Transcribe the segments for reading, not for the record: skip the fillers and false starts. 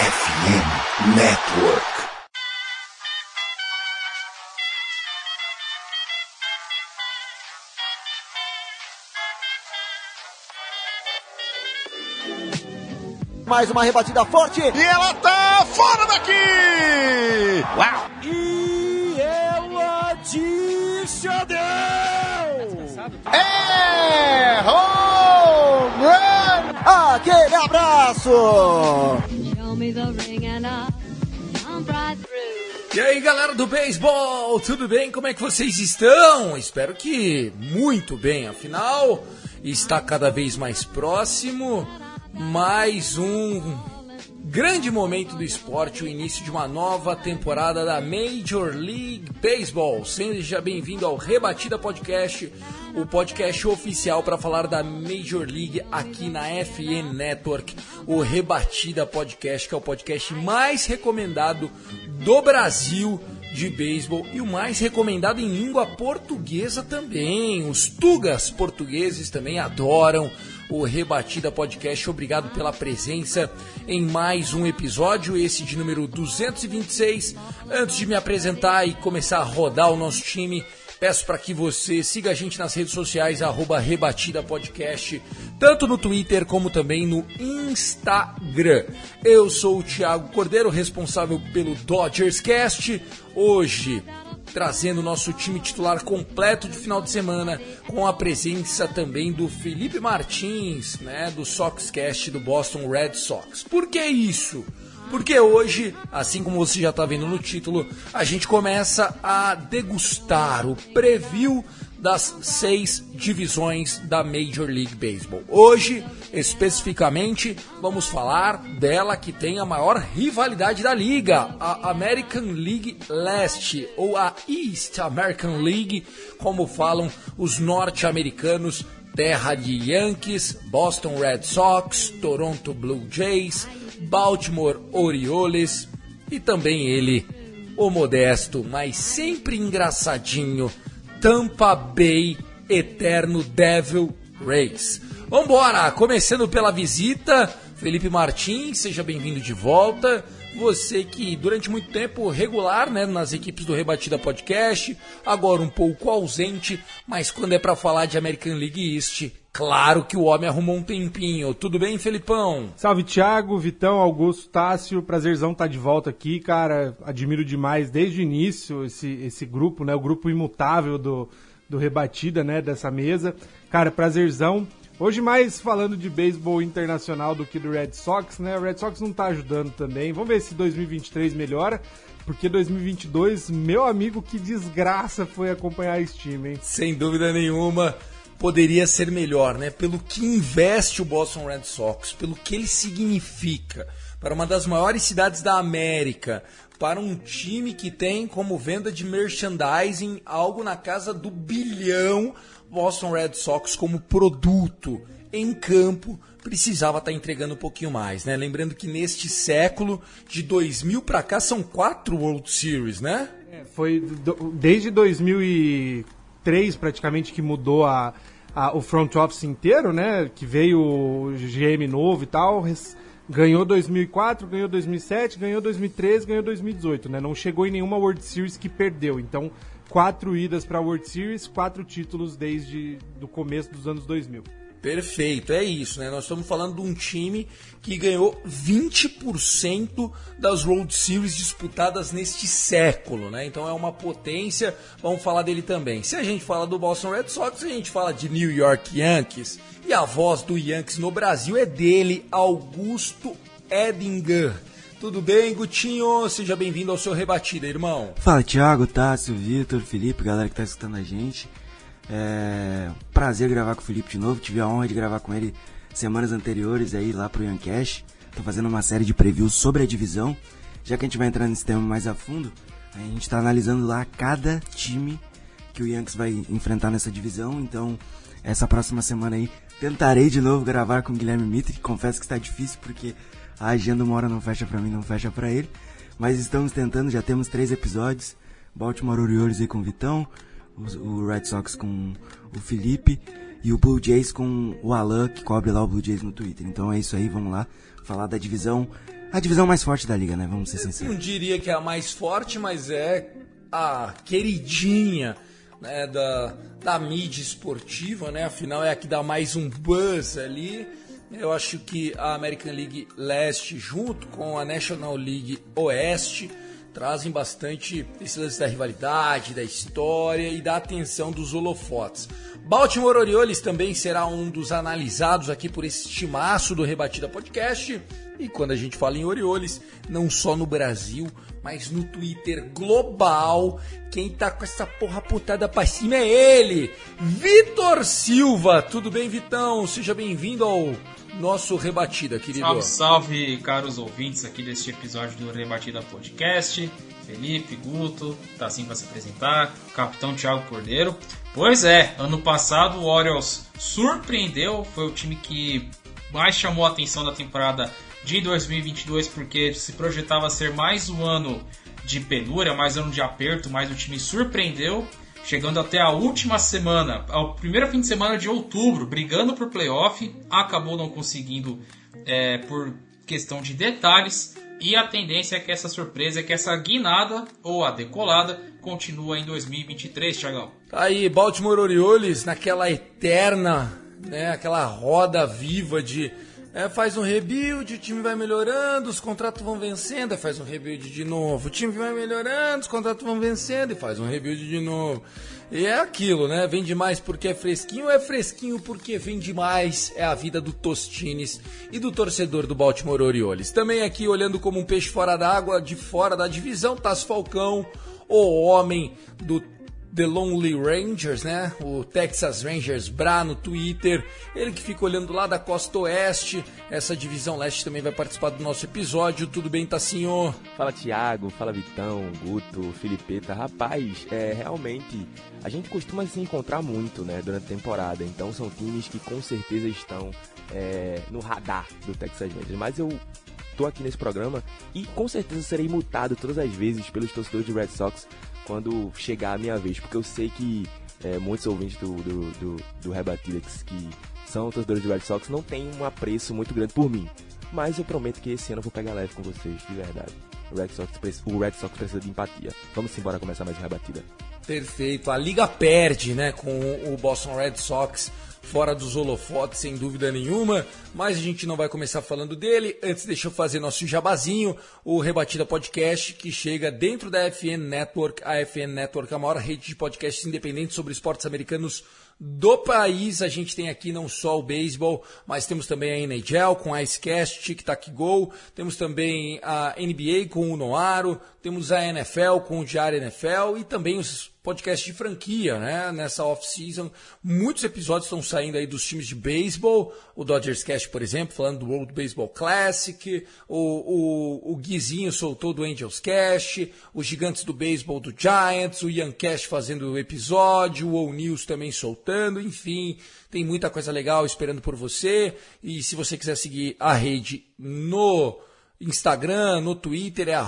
FM Network. Mais uma rebatida forte. E ela tá fora daqui! Uau! E ela disse adeus! É home run! Aquele abraço! E aí, galera do beisebol, tudo bem? Como é que vocês estão? Espero que muito bem, afinal, está cada vez mais próximo mais um grande momento do esporte, o início de uma nova temporada da Major League Baseball. Seja bem-vindo ao Rebatida Podcast, o podcast oficial para falar da Major League aqui na FN Network. O Rebatida Podcast, que é o podcast mais recomendado do Brasil de beisebol e o mais recomendado em língua portuguesa também. Os tugas portugueses também adoram o Rebatida Podcast. Obrigado pela presença em mais um episódio, esse de número 226. Antes de me apresentar e começar a rodar o nosso time, peço para que você siga a gente nas redes sociais, @Rebatida Podcast, tanto no Twitter como também no Instagram. Eu sou o Thiago Cordeiro, responsável pelo Dodgers Cast. Hoje, trazendo o nosso time titular completo de final de semana, com a presença também do Felipe Martins, né, do Soxcast do Boston Red Sox. Por que isso? Porque hoje, assim como você já está vendo no título, a gente começa a degustar o preview das 6 divisões da Major League Baseball. Hoje, especificamente, vamos falar dela que tem a maior rivalidade da liga, a American League Leste, ou a East American League, como falam os norte-americanos, terra de Yankees, Boston Red Sox, Toronto Blue Jays, Baltimore Orioles e também ele, o modesto, mas sempre engraçadinho, Tampa Bay Eterno Devil Rays. Vambora, começando pela visita, Felipe Martins, seja bem-vindo de volta. Você que durante muito tempo regular, né, nas equipes do Rebatida Podcast, agora um pouco ausente, mas quando é pra falar de American League East, claro que o homem arrumou um tempinho. Tudo bem, Felipão? Salve, Thiago, Vitão, Augusto, Tássio, prazerzão estar de volta aqui, cara, admiro demais desde o início esse grupo, né, o grupo imutável do Rebatida, né, dessa mesa. Cara, prazerzão. Hoje mais falando de beisebol internacional do que do Red Sox, né? O Red Sox não tá ajudando também. Vamos ver se 2023 melhora, porque 2022, meu amigo, que desgraça foi acompanhar esse time, hein? Sem dúvida nenhuma, poderia ser melhor, né? Pelo que investe o Boston Red Sox, pelo que ele significa para uma das maiores cidades da América, para um time que tem como venda de merchandising algo na casa do bilhão. Boston Red Sox como produto em campo precisava estar entregando um pouquinho mais, né? Lembrando que neste século, de 2000 para cá, são 4 World Series, né? Foi desde 2003 praticamente que mudou o front office inteiro, né? Que veio o GM novo e tal, ganhou 2004, ganhou 2007, ganhou 2013, ganhou 2018, né? Não chegou em nenhuma World Series que perdeu, então 4 idas para a World Series, 4 títulos desde o começo dos anos 2000. Perfeito, é isso, né? Nós estamos falando de um time que ganhou 20% das World Series disputadas neste século, né? Então é uma potência, vamos falar dele também. Se a gente fala do Boston Red Sox, a gente fala de New York Yankees, e a voz do Yankees no Brasil é dele, Augusto Edinger. Tudo bem, Gutinho? Seja bem-vindo ao seu Rebatida, irmão. Fala, Thiago, Tássio, Vitor, Felipe, galera que tá escutando a gente. Prazer gravar com o Felipe de novo. Tive a honra de gravar com ele semanas anteriores aí lá pro Yancast. Tô fazendo uma série de previews sobre a divisão. Já que a gente vai entrar nesse tema mais a fundo, a gente tá analisando lá cada time que o Yankees vai enfrentar nessa divisão. Então, essa próxima semana aí, tentarei de novo gravar com o Guilherme Mitre. Confesso que está difícil porque a agenda uma hora não fecha pra mim, não fecha pra ele. Mas estamos tentando, já temos 3 episódios. Baltimore Orioles aí com o Vitão, o Red Sox com o Felipe e o Blue Jays com o Alan, que cobre lá o Blue Jays no Twitter. Então é isso aí, vamos lá falar da divisão A divisão mais forte da liga, né? Vamos ser sinceros. Não diria que é a mais forte, mas é a queridinha, né, da mídia esportiva, né? Afinal é a que dá mais um buzz ali. Eu acho que a American League Leste, junto com a National League Oeste, trazem bastante esse lance da rivalidade, da história e da atenção dos holofotes. Baltimore Orioles também será um dos analisados aqui por esse timaço do Rebatida Podcast. E quando a gente fala em Orioles, não só no Brasil, mas no Twitter global, quem tá com essa porra putada pra cima é ele, Vitor Silva. Tudo bem, Vitão? Seja bem-vindo ao nosso Rebatida, querido. Salve, salve, caros ouvintes aqui deste episódio do Rebatida Podcast. Felipe, Guto, tá assim para se apresentar, Capitão Thiago Cordeiro. Pois é, ano passado o Orioles surpreendeu, foi o time que mais chamou a atenção da temporada de 2022, porque se projetava ser mais um ano de penúria, mais um ano de aperto, mas o time surpreendeu, chegando até a última semana, ao primeiro fim de semana de outubro, brigando por playoff, acabou não conseguindo por questão de detalhes, e a tendência é que essa surpresa, que essa guinada ou a decolada continua em 2023, Thiagão. Aí, Baltimore Orioles naquela eterna, né, aquela roda viva de faz um rebuild, o time vai melhorando, os contratos vão vencendo, aí faz um rebuild de novo, o time vai melhorando, os contratos vão vencendo e faz um rebuild de novo. E é aquilo, né? Vende mais porque é fresquinho porque vende mais. É a vida do Tostines e do torcedor do Baltimore Orioles. Também aqui olhando como um peixe fora d'água, de fora da divisão, Tasso Falcão, o homem do The Lonely Rangers, né? O Texas Rangers Bra no Twitter. Ele que fica olhando lá da costa oeste. Essa divisão leste também vai participar do nosso episódio. Tudo bem, Tassinho? Fala, Thiago. Fala, Vitão, Guto, Filipeta. Rapaz, realmente, a gente costuma se encontrar muito, né, durante a temporada. Então são times que com certeza estão no radar do Texas Rangers. Mas eu tô aqui nesse programa e com certeza serei multado todas as vezes pelos torcedores de Red Sox quando chegar a minha vez, porque eu sei que muitos ouvintes do Rebatida que são torcedores de Red Sox não têm um apreço muito grande por mim, mas eu prometo que esse ano eu vou pegar leve com vocês, de verdade. O Red Sox precisa de empatia. Vamos embora começar mais uma Rebatida. Perfeito, a liga perde, né, com o Boston Red Sox fora dos holofotes, sem dúvida nenhuma, mas a gente não vai começar falando dele. Antes, deixa eu fazer nosso jabazinho, o Rebatida Podcast, que chega dentro da FN Network. A FN Network é a maior rede de podcasts independentes sobre esportes americanos do país. A gente tem aqui não só o beisebol, mas temos também a NHL com a Icecast, Tic Tac Go, temos também a NBA com o Noaro, temos a NFL com o Diário NFL e também os podcasts de franquia, né? Nessa off-season, muitos episódios estão saindo aí dos times de beisebol, o Dodgers Cast, por exemplo, falando do World Baseball Classic, o Guizinho soltou do Angels Cast, os Gigantes do Beisebol do Giants, o Ian Cast fazendo o episódio, o O'Neills também soltando, enfim, tem muita coisa legal esperando por você. E se você quiser seguir a rede no Instagram, no Twitter, é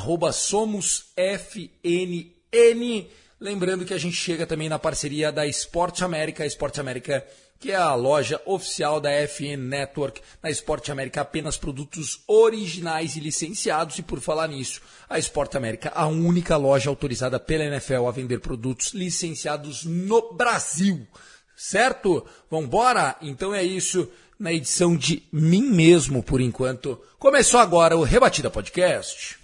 @somosfnn. Lembrando que a gente chega também na parceria da Esporte América, que é a loja oficial da FN Network. Na Esporte América, apenas produtos originais e licenciados. E por falar nisso, a Esporte América, a única loja autorizada pela NFL a vender produtos licenciados no Brasil. Certo? Vambora? Então é isso, na edição de mim mesmo, por enquanto. Começou agora o Rebatida Podcast.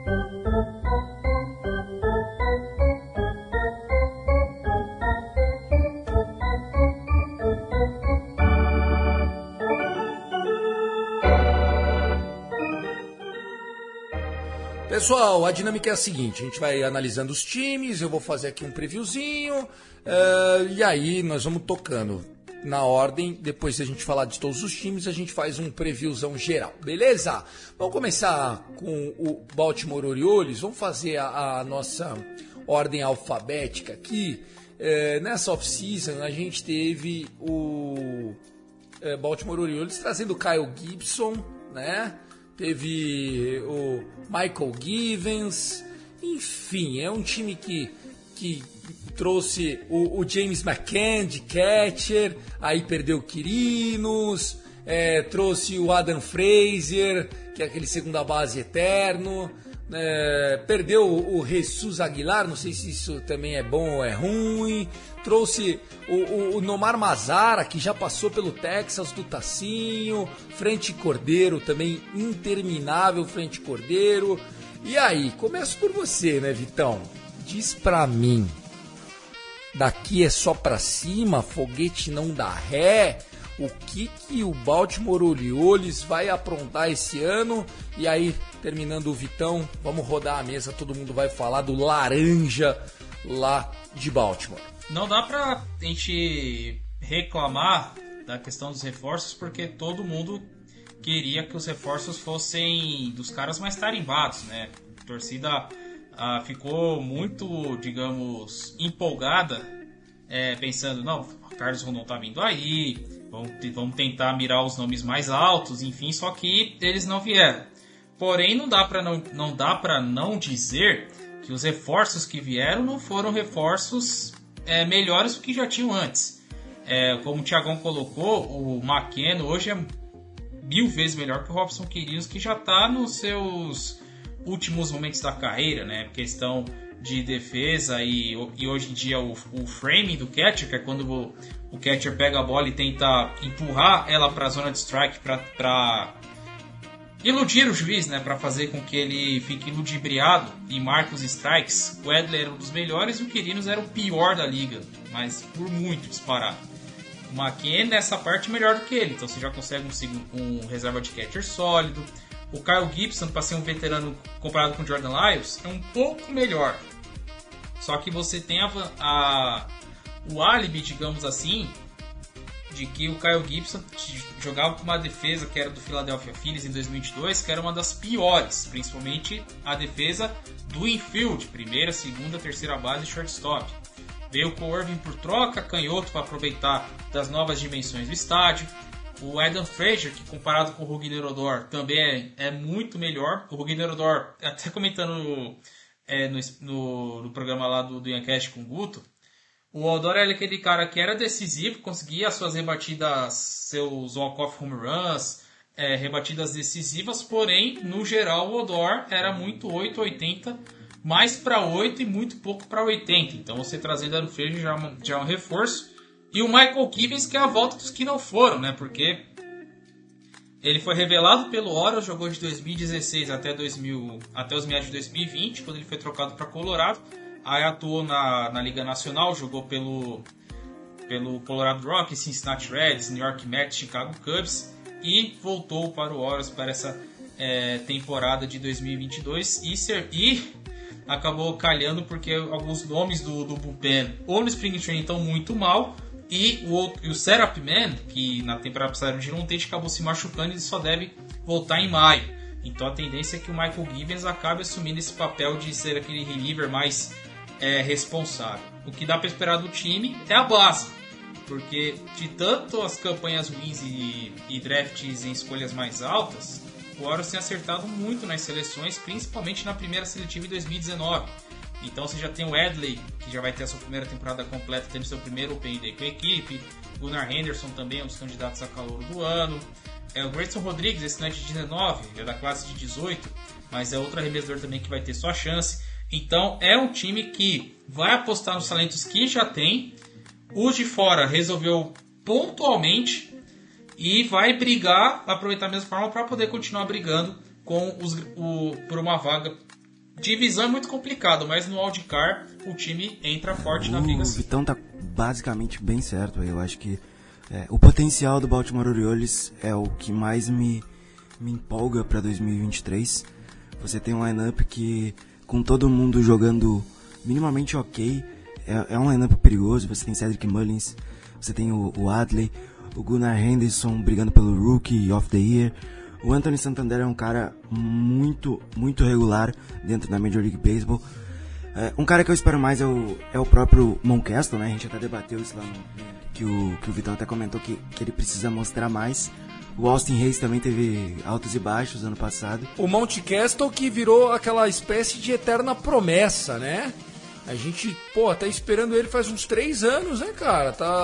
Pessoal, a dinâmica é a seguinte, a gente vai analisando os times, eu vou fazer aqui um previewzinho, e aí nós vamos tocando na ordem. Depois de a gente falar de todos os times, a gente faz um previewzão geral, beleza? Vamos começar com o Baltimore Orioles, vamos fazer a nossa ordem alfabética aqui. Nessa off-season a gente teve o Baltimore Orioles trazendo o Kyle Gibson, né? Teve o Michael Givens, enfim, é um time que trouxe o James McCann de catcher, aí perdeu o Quirinos, trouxe o Adam Frazier, que é aquele segunda base eterno. Perdeu o Jesus Aguilar, não sei se isso também é bom ou é ruim. Trouxe o Nomar Mazara, que já passou pelo Texas do Tacinho. Frente Cordeiro também, interminável Frente Cordeiro. E aí, começo por você, né, Vitão? Diz pra mim, daqui é só pra cima, foguete não dá ré. O que o Baltimore Orioles vai aprontar esse ano? E aí, terminando o Vitão, vamos rodar a mesa, todo mundo vai falar do laranja lá de Baltimore. Não dá pra gente reclamar da questão dos reforços, porque todo mundo queria que os reforços fossem dos caras mais tarimbados, né? A torcida ficou muito, digamos, empolgada, pensando, não, o Carlos Rondon tá vindo aí, vamos tentar mirar os nomes mais altos, enfim, só que eles não vieram. Porém, não dá para não dizer que os reforços que vieram não foram reforços melhores do que já tinham antes. Como o Thiagão colocou, o McKenna hoje é 1000 vezes melhor que o Robson Quirinos, que já está nos seus últimos momentos da carreira, né? Questão de defesa e hoje em dia o framing do catcher, que é quando o catcher pega a bola e tenta empurrar ela para a zona de strike para iludir o juiz, né? Para fazer com que ele fique ludibriado e marque os strikes. O Edler era um dos melhores e o Quirinos era o pior da liga, mas por muito disparado. O McKenna nessa parte é melhor do que ele, então você já consegue um reserva de catcher sólido. O Kyle Gibson, para ser um veterano comparado com o Jordan Lyles, é um pouco melhor. Só que você tem o álibi, digamos assim, de que o Kyle Gibson jogava com uma defesa que era do Philadelphia Phillies em 2022, que era uma das piores, principalmente a defesa do infield, primeira, segunda, terceira base e shortstop. Veio o Cole Irvin por troca, canhoto para aproveitar das novas dimensões do estádio. O Adam Frazier, que comparado com o Rougned Odor também é muito melhor. O Rougned Odor, até comentando no programa lá do Yancast com o Guto, o Odor era aquele cara que era decisivo, conseguia as suas rebatidas, seus walk-off home runs, rebatidas decisivas, porém, no geral, o Odor era muito 8-80, mais para 8 e muito pouco para 80. Então você trazendo Adam Frazier já é um reforço. E o Michael Givens, que é a volta dos que não foram, né? Porque ele foi revelado pelo Orioles, jogou de 2016 até os meados de 2020, quando ele foi trocado para Colorado. Aí atuou na Liga Nacional, jogou pelo Colorado Rockies, Cincinnati Reds, New York Mets, Chicago Cubs. E voltou para o Orioles para essa temporada de 2022 e acabou calhando porque alguns nomes do bullpen ou no Spring Training estão muito mal, e o Setup Man, que na temporada passada de não ter, acabou se machucando e só deve voltar em maio. Então a tendência é que o Michael Givens acabe assumindo esse papel de ser aquele reliever mais responsável. O que dá para esperar do time é a base, porque de tanto as campanhas ruins e drafts em escolhas mais altas, o Orioles tem acertado muito nas seleções, principalmente na primeira seletiva em 2019. Então você já tem o Edley, que já vai ter a sua primeira temporada completa, tendo seu primeiro Open Day com a equipe. Gunnar Henderson também é um dos candidatos a calouro do ano. O Grayson Rodrigues, esse não é de 19, é da classe de 18, mas é outro arremessador também que vai ter sua chance. Então é um time que vai apostar nos talentos que já tem. Os de fora resolveu pontualmente e vai brigar, aproveitar a mesma forma para poder continuar brigando por uma vaga. Divisão é muito complicado, mas no wildcard o time entra forte na briga. O Vitão tá basicamente bem certo. Eu acho que o potencial do Baltimore Orioles é o que mais me empolga para 2023. Você tem um lineup que, com todo mundo jogando minimamente ok, é um lineup perigoso. Você tem Cedric Mullins, você tem o Adley, o Gunnar Henderson brigando pelo Rookie of the Year. O Anthony Santander é um cara muito, muito regular dentro da Major League Baseball. Um cara que eu espero mais é o próprio Mountcastle, né? A gente até debateu isso lá que o Vitão até comentou que ele precisa mostrar mais. O Austin Hayes também teve altos e baixos ano passado. O Mountcastle que virou aquela espécie de eterna promessa, né? A gente, tá esperando ele faz uns 3 anos, né, cara?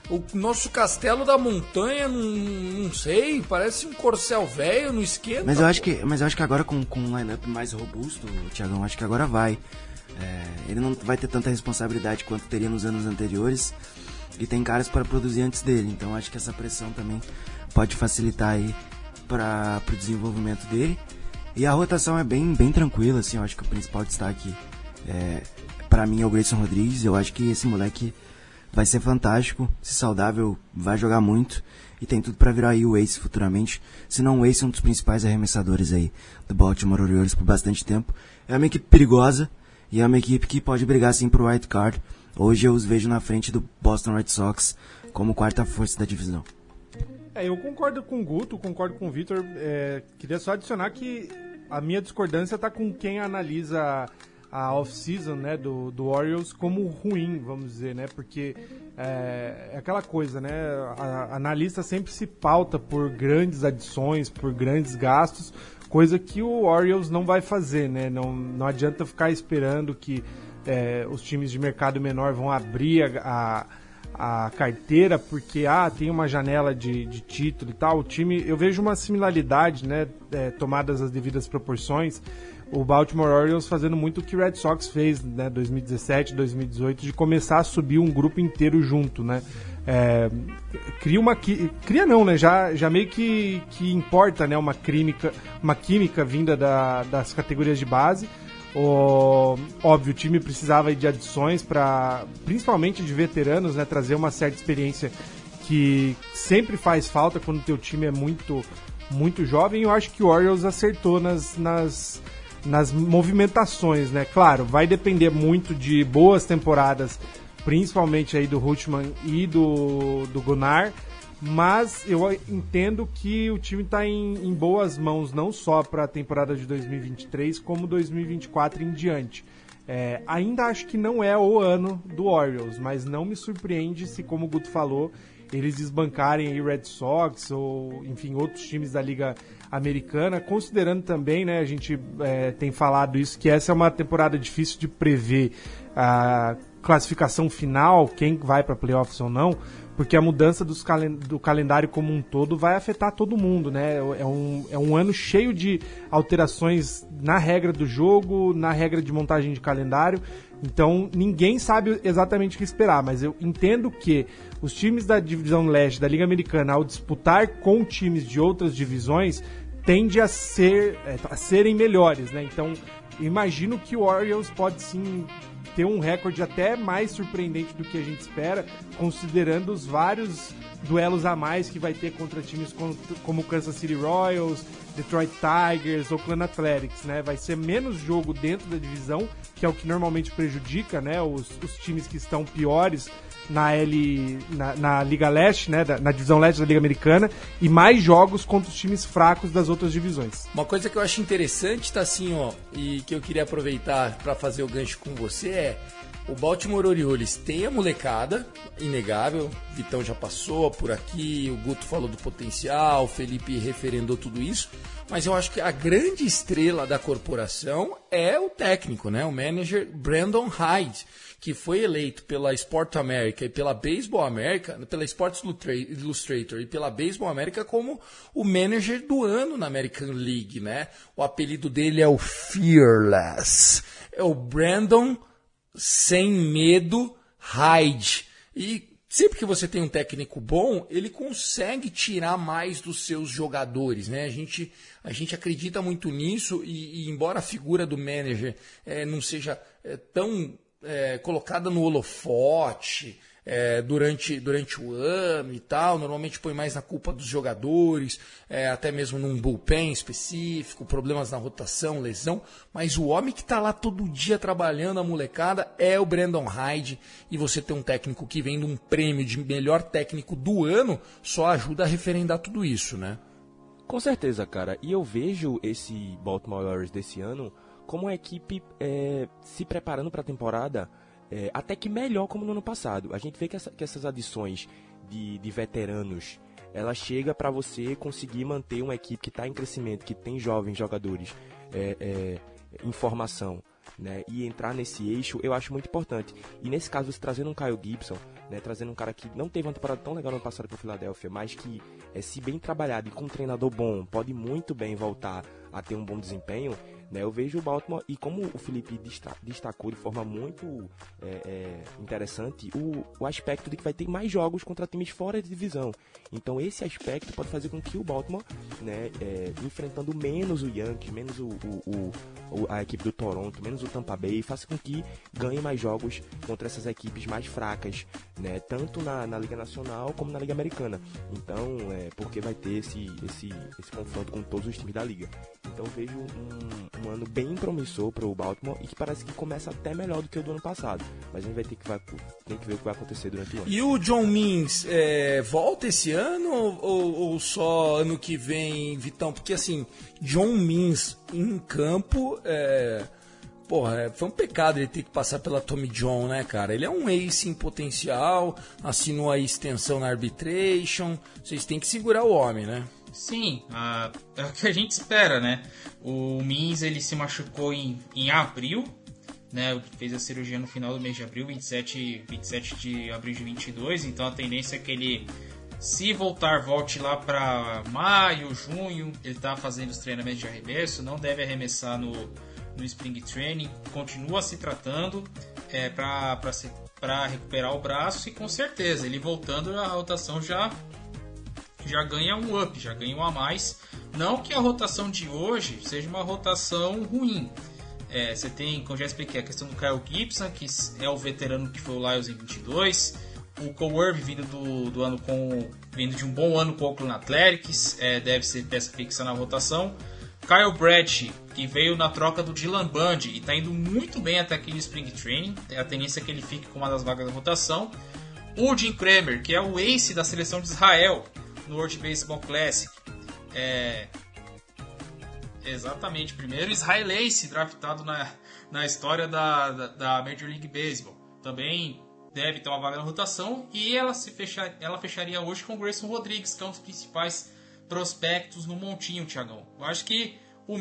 O nosso castelo da montanha, não sei, parece um corcel velho, não esquenta. Mas eu acho que agora com um line-up mais robusto, Thiagão, acho que agora vai. Ele não vai ter tanta responsabilidade quanto teria nos anos anteriores. E tem caras para produzir antes dele. Então acho que essa pressão também pode facilitar aí para o desenvolvimento dele. E a rotação é bem tranquila, assim. Eu acho que o principal destaque para mim é o Grayson Rodrigues. Eu acho que esse moleque vai ser fantástico, se saudável, vai jogar muito e tem tudo para virar aí o ace futuramente. Se não o ace, um dos principais arremessadores aí do Baltimore Orioles por bastante tempo. É uma equipe perigosa e é uma equipe que pode brigar sim pro wild card. Hoje eu os vejo na frente do Boston Red Sox como quarta força da divisão. Eu concordo com o Guto, concordo com o Vitor. Queria só adicionar que a minha discordância está com quem analisa a off-season, né, do Orioles como ruim, vamos dizer, né, porque é aquela coisa, né, a analista sempre se pauta por grandes adições, por grandes gastos, coisa que o Orioles não vai fazer, né, não adianta ficar esperando que os times de mercado menor vão abrir a carteira porque tem uma janela de título e tal. O time, eu vejo uma similaridade, né, tomadas as devidas proporções, o Baltimore Orioles fazendo muito o que o Red Sox fez, né, 2017, 2018, de começar a subir um grupo inteiro junto, né? Cria não, né? Já meio que importa, né, uma química vinda das categorias de base. Óbvio, o time precisava de adições, principalmente de veteranos, né, trazer uma certa experiência que sempre faz falta quando o teu time é muito, muito jovem. Eu acho que o Orioles acertou nas movimentações, né? Claro, vai depender muito de boas temporadas, principalmente aí do Hutchman e do Gunnar, mas eu entendo que o time está em boas mãos, não só para a temporada de 2023, como 2024 em diante. Ainda acho que não é o ano do Orioles, mas não me surpreende se, como o Guto falou, eles desbancarem aí Red Sox ou, enfim, outros times da Liga Americana, considerando também, né, a gente tem falado isso, que essa é uma temporada difícil de prever a classificação final, quem vai para playoffs ou não, porque a mudança do calendário como um todo vai afetar todo mundo, né? É um ano cheio de alterações na regra do jogo, na regra de montagem de calendário, então ninguém sabe exatamente o que esperar, mas eu entendo que os times da divisão leste da Liga Americana, ao disputar com times de outras divisões, tende a serem melhores, né? Então, imagino que o Orioles pode sim ter um recorde até mais surpreendente do que a gente espera, considerando os vários duelos a mais que vai ter contra times como Kansas City Royals, Detroit Tigers, Oakland Athletics, né? Vai ser menos jogo dentro da divisão, que é o que normalmente prejudica, né, os times que estão piores na Liga Leste, né, na divisão leste da Liga Americana, e mais jogos contra os times fracos das outras divisões. Uma coisa que eu acho interessante, tá assim, e que eu queria aproveitar para fazer o gancho com você o Baltimore Orioles tem a molecada, inegável, o Vitão já passou por aqui, o Guto falou do potencial, o Felipe referendou tudo isso, mas eu acho que a grande estrela da corporação é o técnico, né, o manager Brandon Hyde, que foi eleito pela Sport America e pela Baseball America, pela Sports Illustrator e pela Baseball America como o manager do ano na American League, né? O apelido dele é o Fearless. É o Brandon sem medo Hyde. E sempre que você tem um técnico bom, ele consegue tirar mais dos seus jogadores, né? A gente acredita muito nisso e embora a figura do manager não seja tão colocada no holofote durante o ano e tal, normalmente põe mais na culpa dos jogadores, até mesmo num bullpen específico, problemas na rotação, lesão, mas o homem que está lá todo dia trabalhando, a molecada, é o Brandon Hyde, e você ter um técnico que vem de um prêmio de melhor técnico do ano, só ajuda a referendar tudo isso, né? Com certeza, cara, e eu vejo esse Baltimore Orioles desse ano como uma equipe se preparando para a temporada até que melhor como no ano passado. A gente vê que essas adições de veteranos, ela chega para você conseguir manter uma equipe que está em crescimento, que tem jovens jogadores em formação, né? E entrar nesse eixo eu acho muito importante. E nesse caso, você trazendo um Kyle Gibson, né, trazendo um cara que não teve uma temporada tão legal no ano passado pro Philadelphia, mas que, se bem trabalhado e com um treinador bom, pode muito bem voltar a ter um bom desempenho, né, eu vejo o Baltimore, e como o Felipe destacou de forma muito interessante, o aspecto de que vai ter mais jogos contra times fora de divisão. Então esse aspecto pode fazer com que o Baltimore, né, enfrentando menos o Yankees, menos a equipe do Toronto, menos o Tampa Bay, faça com que ganhe mais jogos contra essas equipes mais fracas, né, tanto na Liga Nacional como na Liga Americana. Então, porque vai ter esse confronto com todos os times da Liga. Então eu vejo um ano bem promissor para o Baltimore e que parece que começa até melhor do que o do ano passado. Mas a gente tem que ver o que vai acontecer durante o ano. E o John Means volta esse ano ou só ano que vem, Vitão? Porque assim, John Means em campo, foi um pecado ele ter que passar pela Tommy John, né, cara? Ele é um ace em potencial, assinou a extensão na arbitration, vocês têm que segurar o homem, né? Sim, é o que a gente espera, né? O Means, ele se machucou em abril, né? Fez a cirurgia no final do mês de abril, 27 de abril de 22, então a tendência é que ele, se voltar, volte lá para maio, junho. Ele está fazendo os treinamentos de arremesso, não deve arremessar no Spring Training, continua se tratando para recuperar o braço, e com certeza, ele voltando, a rotação já ganha um up, já ganha um a mais. Não que a rotação de hoje seja uma rotação ruim. Você tem, como já expliquei, a questão do Kyle Gibson, que é o veterano que foi o Lyles em 22. O Cole Irvin vindo de um bom ano com o Oakland Athletics, deve ser peça fixa na rotação. Kyle Brett, que veio na troca do Dylan Bundy e está indo muito bem até aqui no Spring Training. A tendência é que ele fique com uma das vagas da rotação. O Jim Kramer, que é o ace da seleção de Israel no World Baseball Classic. Exatamente, primeiro israelense draftado na história da Major League Baseball. Também deve ter uma vaga na rotação, e ela fecharia hoje com o Grayson Rodrigues, que é um dos principais prospectos no montinho, Thiagão. Eu acho que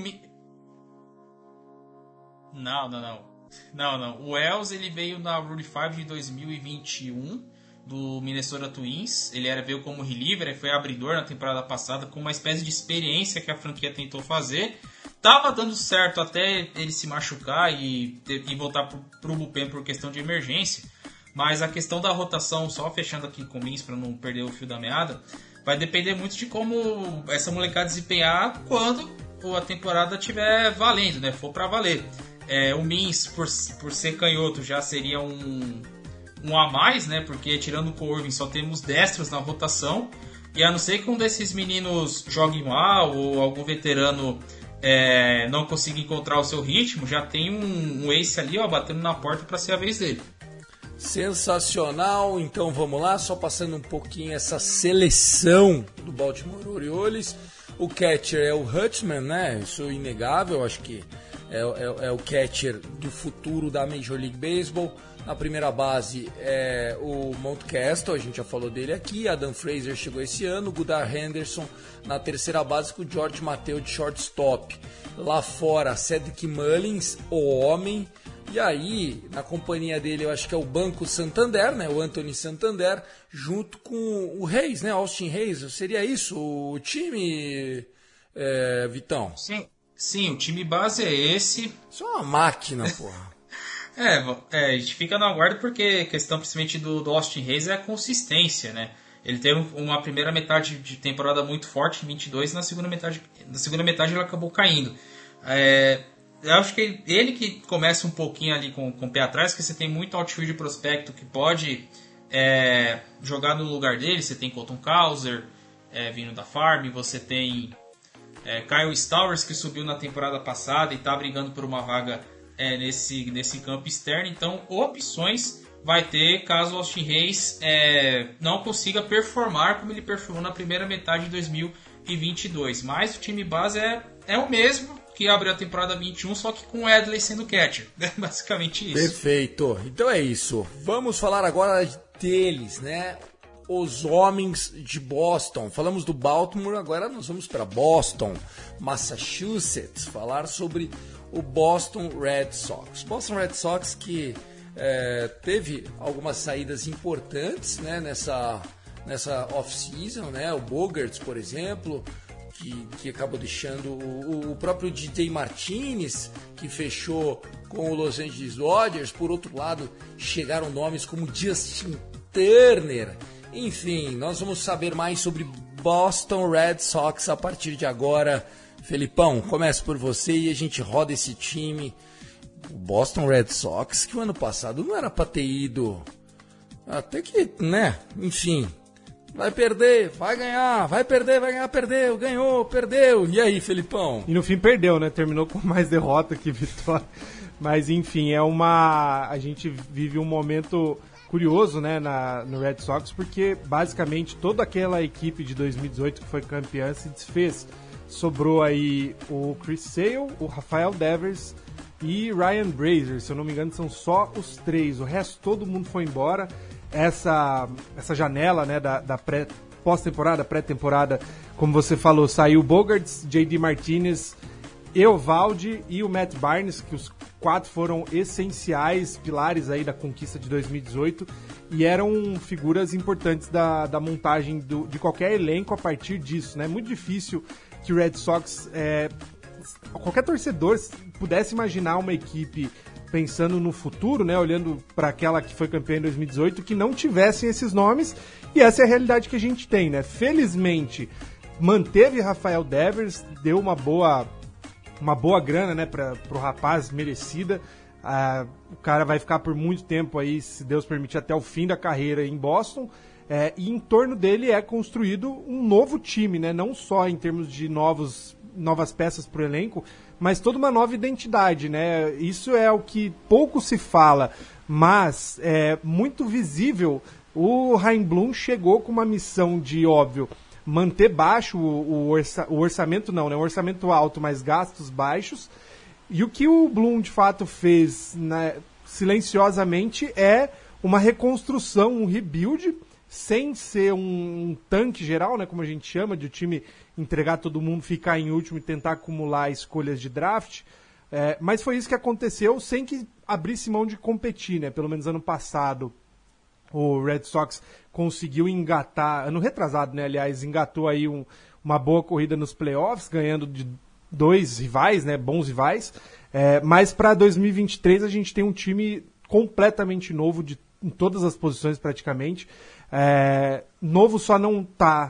Não. O Wells, ele veio na Rule 5 de 2021 do Minnesota Twins. Ele veio como reliever, foi abridor na temporada passada, com uma espécie de experiência que a franquia tentou fazer. Tava dando certo até ele se machucar e voltar pro bullpen por questão de emergência. Mas a questão da rotação, só fechando aqui com o Means para não perder o fio da meada, vai depender muito de como essa molecada desempenhar quando a temporada estiver valendo, né? For para valer. O Means, por ser canhoto, já seria um a mais, né? Porque tirando o Corvin só temos destros na rotação, e a não ser que um desses meninos jogue mal ou algum veterano não consiga encontrar o seu ritmo, já tem um ace ali, batendo na porta para ser a vez dele. Sensacional, então vamos lá, só passando um pouquinho essa seleção do Baltimore Orioles. O catcher é o Hutchman, né? Isso é inegável, acho que é o catcher do futuro da Major League Baseball. Na primeira base é o Mountcastle, a gente já falou dele aqui. Adam Frazier chegou esse ano. Goddard Henderson na terceira base, com o George Mateo de shortstop. Lá fora, Cedric Mullins, o homem. E aí, na companhia dele, eu acho que é o Banco Santander, né? O Anthony Santander, junto com o Reis, né? Austin Reis. Seria isso o time, Vitão? Sim, o time base é esse. Isso é uma máquina, porra. A gente fica na guarda porque a questão principalmente do Austin Reis é a consistência, né? Ele teve uma primeira metade de temporada muito forte em 22, e na segunda metade ele acabou caindo. Eu acho que ele que começa um pouquinho ali com o pé atrás, porque você tem muito outfield prospecto que pode jogar no lugar dele. Você tem Colton Cowser vindo da farm, você tem Kyle Stowers, que subiu na temporada passada e está brigando por uma vaga nesse campo externo. Então, opções vai ter caso o Austin Reis não consiga performar como ele performou na primeira metade de 2022. Mas o time base é o mesmo que abriu a temporada 21, só que com o Adley sendo catcher. É basicamente isso. Perfeito. Então é isso. Vamos falar agora deles, né? Os homens de Boston. Falamos do Baltimore, agora nós vamos para Boston, Massachusetts, falar sobre o Boston Red Sox. Boston Red Sox que teve algumas saídas importantes, né, nessa off-season, né? O Bogaerts, por exemplo, que acabou deixando o próprio DJ Martinez, que fechou com o Los Angeles Dodgers. Por outro lado, chegaram nomes como Justin Turner. Enfim, nós vamos saber mais sobre Boston Red Sox a partir de agora. Felipão, começa por você e a gente roda esse time. O Boston Red Sox, que o ano passado não era para ter ido. Até que, né? Enfim, vai perder, vai ganhar, vai perder, vai ganhar, perdeu, ganhou, perdeu. E aí, Felipão? E no fim perdeu, né? Terminou com mais derrota que vitória. Mas enfim, a gente vive um momento curioso, né, no Red Sox, porque basicamente toda aquela equipe de 2018 que foi campeã se desfez. Sobrou aí o Chris Sale, o Rafael Devers e Ryan Brazier, se eu não me engano são só os 3, o resto todo mundo foi embora. Essa janela, né, da pós-temporada, pré-temporada, como você falou, saiu o Bogaerts, JD Martinez, Eovaldi e o Matt Barnes, que os 4 foram essenciais, pilares aí da conquista de 2018 e eram figuras importantes da montagem de qualquer elenco a partir disso, né? Muito difícil que o Red Sox, qualquer torcedor pudesse imaginar uma equipe pensando no futuro, né, olhando para aquela que foi campeã em 2018, que não tivessem esses nomes, e essa é a realidade que a gente tem, né? Felizmente, manteve Rafael Devers, deu uma boa grana, né, pro rapaz, merecida. O cara vai ficar por muito tempo aí, se Deus permitir, até o fim da carreira em Boston. E em torno dele é construído um novo time, né? Não só em termos de novas peças para o elenco, mas toda uma nova identidade, né? Isso é o que pouco se fala, mas é muito visível. O Chaim Bloom chegou com uma missão de, óbvio, manter baixo o orçamento, não, né? O orçamento alto, mas gastos baixos. E o que o Bloom de fato fez, né, silenciosamente é uma reconstrução, um rebuild, sem ser um tanque geral, né, como a gente chama, de o time entregar todo mundo, ficar em último e tentar acumular escolhas de draft. Mas foi isso que aconteceu sem que abrisse mão de competir, né? Pelo menos ano passado o Red Sox conseguiu engatar, ano retrasado, né, aliás, engatou aí uma boa corrida nos playoffs, ganhando de 2 rivais, né, bons rivais. Mas para 2023 a gente tem um time completamente novo em todas as posições praticamente. Novo só não tá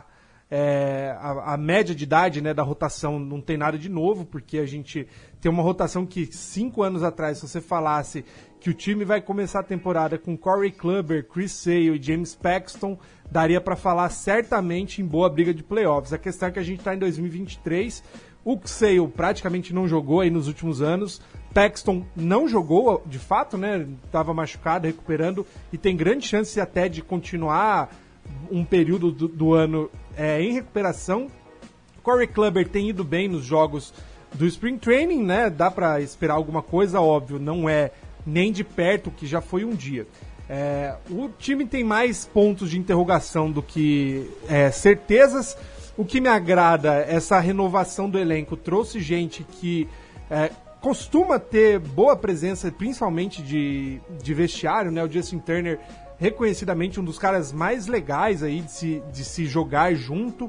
a média de idade, né, da rotação não tem nada de novo, porque a gente tem uma rotação que 5 anos atrás, se você falasse que o time vai começar a temporada com Corey Kluber, Chris Sale e James Paxton, daria para falar certamente em boa briga de playoffs. A questão é que a gente está em 2023, o Sale praticamente não jogou aí nos últimos anos, Paxton não jogou de fato, né, estava machucado, recuperando, e tem grande chance até de continuar um período do ano em recuperação. Corey Kluber tem ido bem nos jogos do Spring Training, né? Dá para esperar alguma coisa, óbvio, não é nem de perto o que já foi um dia. O time tem mais pontos de interrogação do que certezas. O que me agrada, essa renovação do elenco, trouxe gente que costuma ter boa presença, principalmente de vestiário, né? O Justin Turner, reconhecidamente um dos caras mais legais aí de se jogar junto.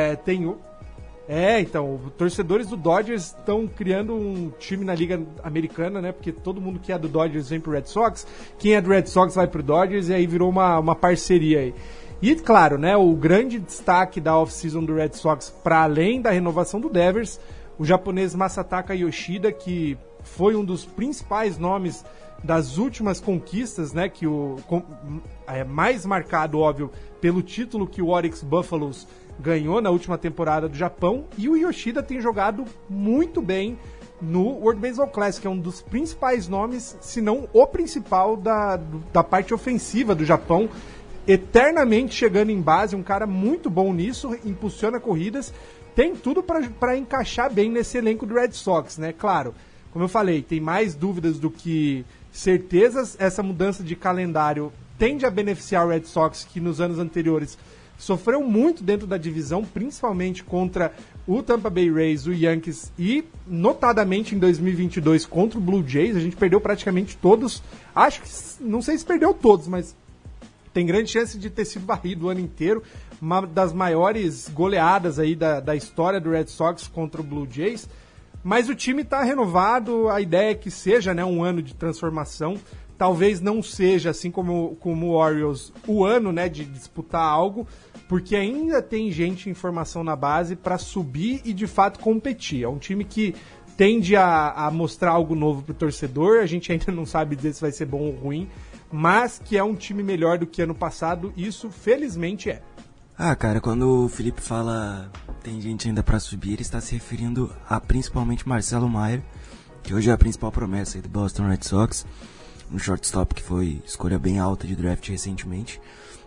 Então, torcedores do Dodgers estão criando um time na Liga Americana, né? Porque todo mundo que é do Dodgers vem pro Red Sox, quem é do Red Sox vai pro Dodgers, e aí virou uma parceria aí. E, claro, né, o grande destaque da off-season do Red Sox, para além da renovação do Devers, o japonês Masataka Yoshida, que foi um dos principais nomes das últimas conquistas, né, que mais marcado, óbvio, pelo título que o Oryx Buffaloes ganhou na última temporada do Japão, e o Yoshida tem jogado muito bem no World Baseball Classic, que é um dos principais nomes, se não o principal da parte ofensiva do Japão, eternamente chegando em base, um cara muito bom nisso, impulsiona corridas, tem tudo para encaixar bem nesse elenco do Red Sox, né? Claro, como eu falei, tem mais dúvidas do que certezas. Essa mudança de calendário tende a beneficiar o Red Sox, que nos anos anteriores sofreu muito dentro da divisão, principalmente contra o Tampa Bay Rays, o Yankees e, notadamente, em 2022 contra o Blue Jays. A gente perdeu praticamente todos, acho que, não sei se perdeu todos, mas tem grande chance de ter sido varrido o ano inteiro. Uma das maiores goleadas aí da história do Red Sox contra o Blue Jays. Mas o time está renovado, a ideia é que seja, né, um ano de transformação. Talvez não seja, assim como o Orioles, o ano, né, de disputar algo, porque ainda tem gente em formação na base para subir e de fato competir. É um time que tende a mostrar algo novo pro torcedor, a gente ainda não sabe dizer se vai ser bom ou ruim, mas que é um time melhor do que ano passado, isso felizmente é. Ah, cara, quando o Felipe fala tem gente ainda pra subir, ele está se referindo a principalmente Marcelo Mayer, que hoje é a principal promessa aí do Boston Red Sox, um shortstop que foi escolha bem alta de draft recentemente,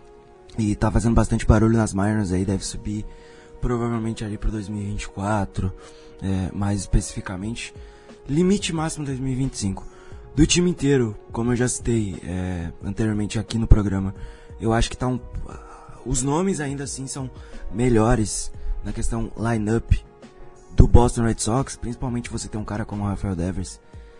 e tá fazendo bastante barulho nas minors aí, deve subir provavelmente ali pro 2024, mais especificamente, limite máximo 2025. Do time inteiro, como eu já citei anteriormente aqui no programa, eu acho que tá os nomes ainda assim são melhores na questão line-up do Boston Red Sox, principalmente você tem um cara como o Rafael Devers,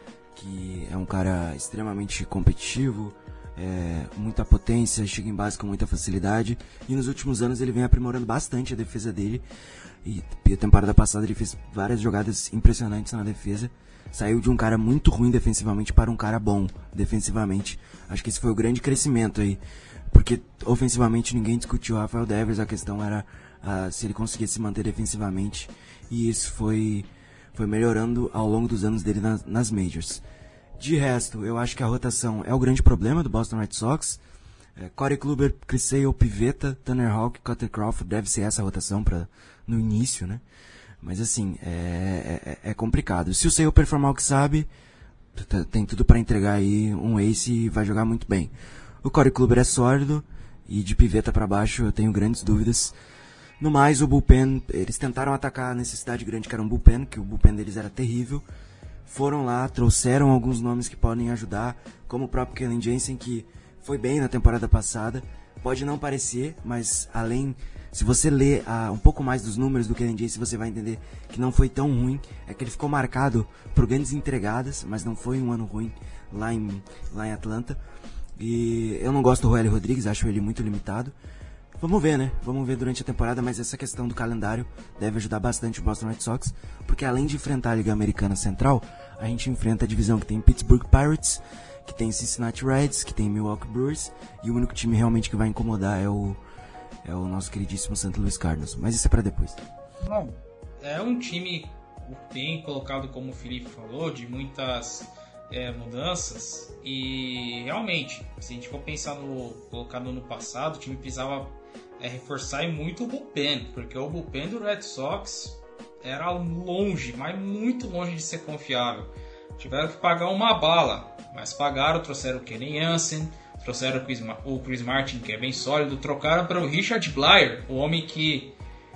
que é um cara extremamente competitivo, muita potência, chega em base com muita facilidade, e nos últimos anos ele vem aprimorando bastante a defesa dele, e a temporada passada ele fez várias jogadas impressionantes na defesa, saiu de um cara muito ruim defensivamente para um cara bom defensivamente. Acho que esse foi o grande crescimento aí, porque ofensivamente ninguém discutiu o Rafael Devers, a questão era se ele conseguisse se manter defensivamente, e isso foi melhorando ao longo dos anos dele nas majors. De resto, eu acho que a rotação é o grande problema do Boston Red Sox. Corey Kluber, Chris Sale, Pivetta, Tanner Houck, Cutter Crawford, deve ser essa a rotação no início, né? Mas assim, é complicado. Se o Sale performar o que sabe, tem tudo para entregar aí um ace e vai jogar muito bem. O Corey Kluber é sólido, e de Pivetta para baixo eu tenho grandes dúvidas. No mais, o bullpen, eles tentaram atacar a necessidade grande que era um bullpen, que o bullpen deles era terrível. Foram lá, trouxeram alguns nomes que podem ajudar, como o próprio Kellen Jansen, que foi bem na temporada passada. Pode não parecer, mas se você ler um pouco mais dos números do Kellen Jansen, você vai entender que não foi tão ruim. É que ele ficou marcado por grandes entregadas, mas não foi um ano ruim lá em Atlanta. E eu não gosto do Roelio Rodrigues, acho ele muito limitado. Vamos ver, né? Vamos ver durante a temporada, mas essa questão do calendário deve ajudar bastante o Boston Red Sox, porque além de enfrentar a Liga Americana Central, a gente enfrenta a divisão que tem Pittsburgh Pirates, que tem Cincinnati Reds, que tem Milwaukee Brewers, e o único time realmente que vai incomodar é o nosso queridíssimo St. Louis Cardinals. Mas isso é pra depois. Bom, é um time bem colocado, como o Felipe falou, de muitas mudanças, e realmente, se a gente for pensar colocar no ano passado, o time precisava reforçar muito o bullpen, porque o bullpen do Red Sox era longe, mas muito longe de ser confiável. Tiveram que pagar uma bala, mas pagaram, trouxeram o Kenny Jansen, trouxeram o Chris Martin, que é bem sólido, trocaram para o Richard Bleier, o homem que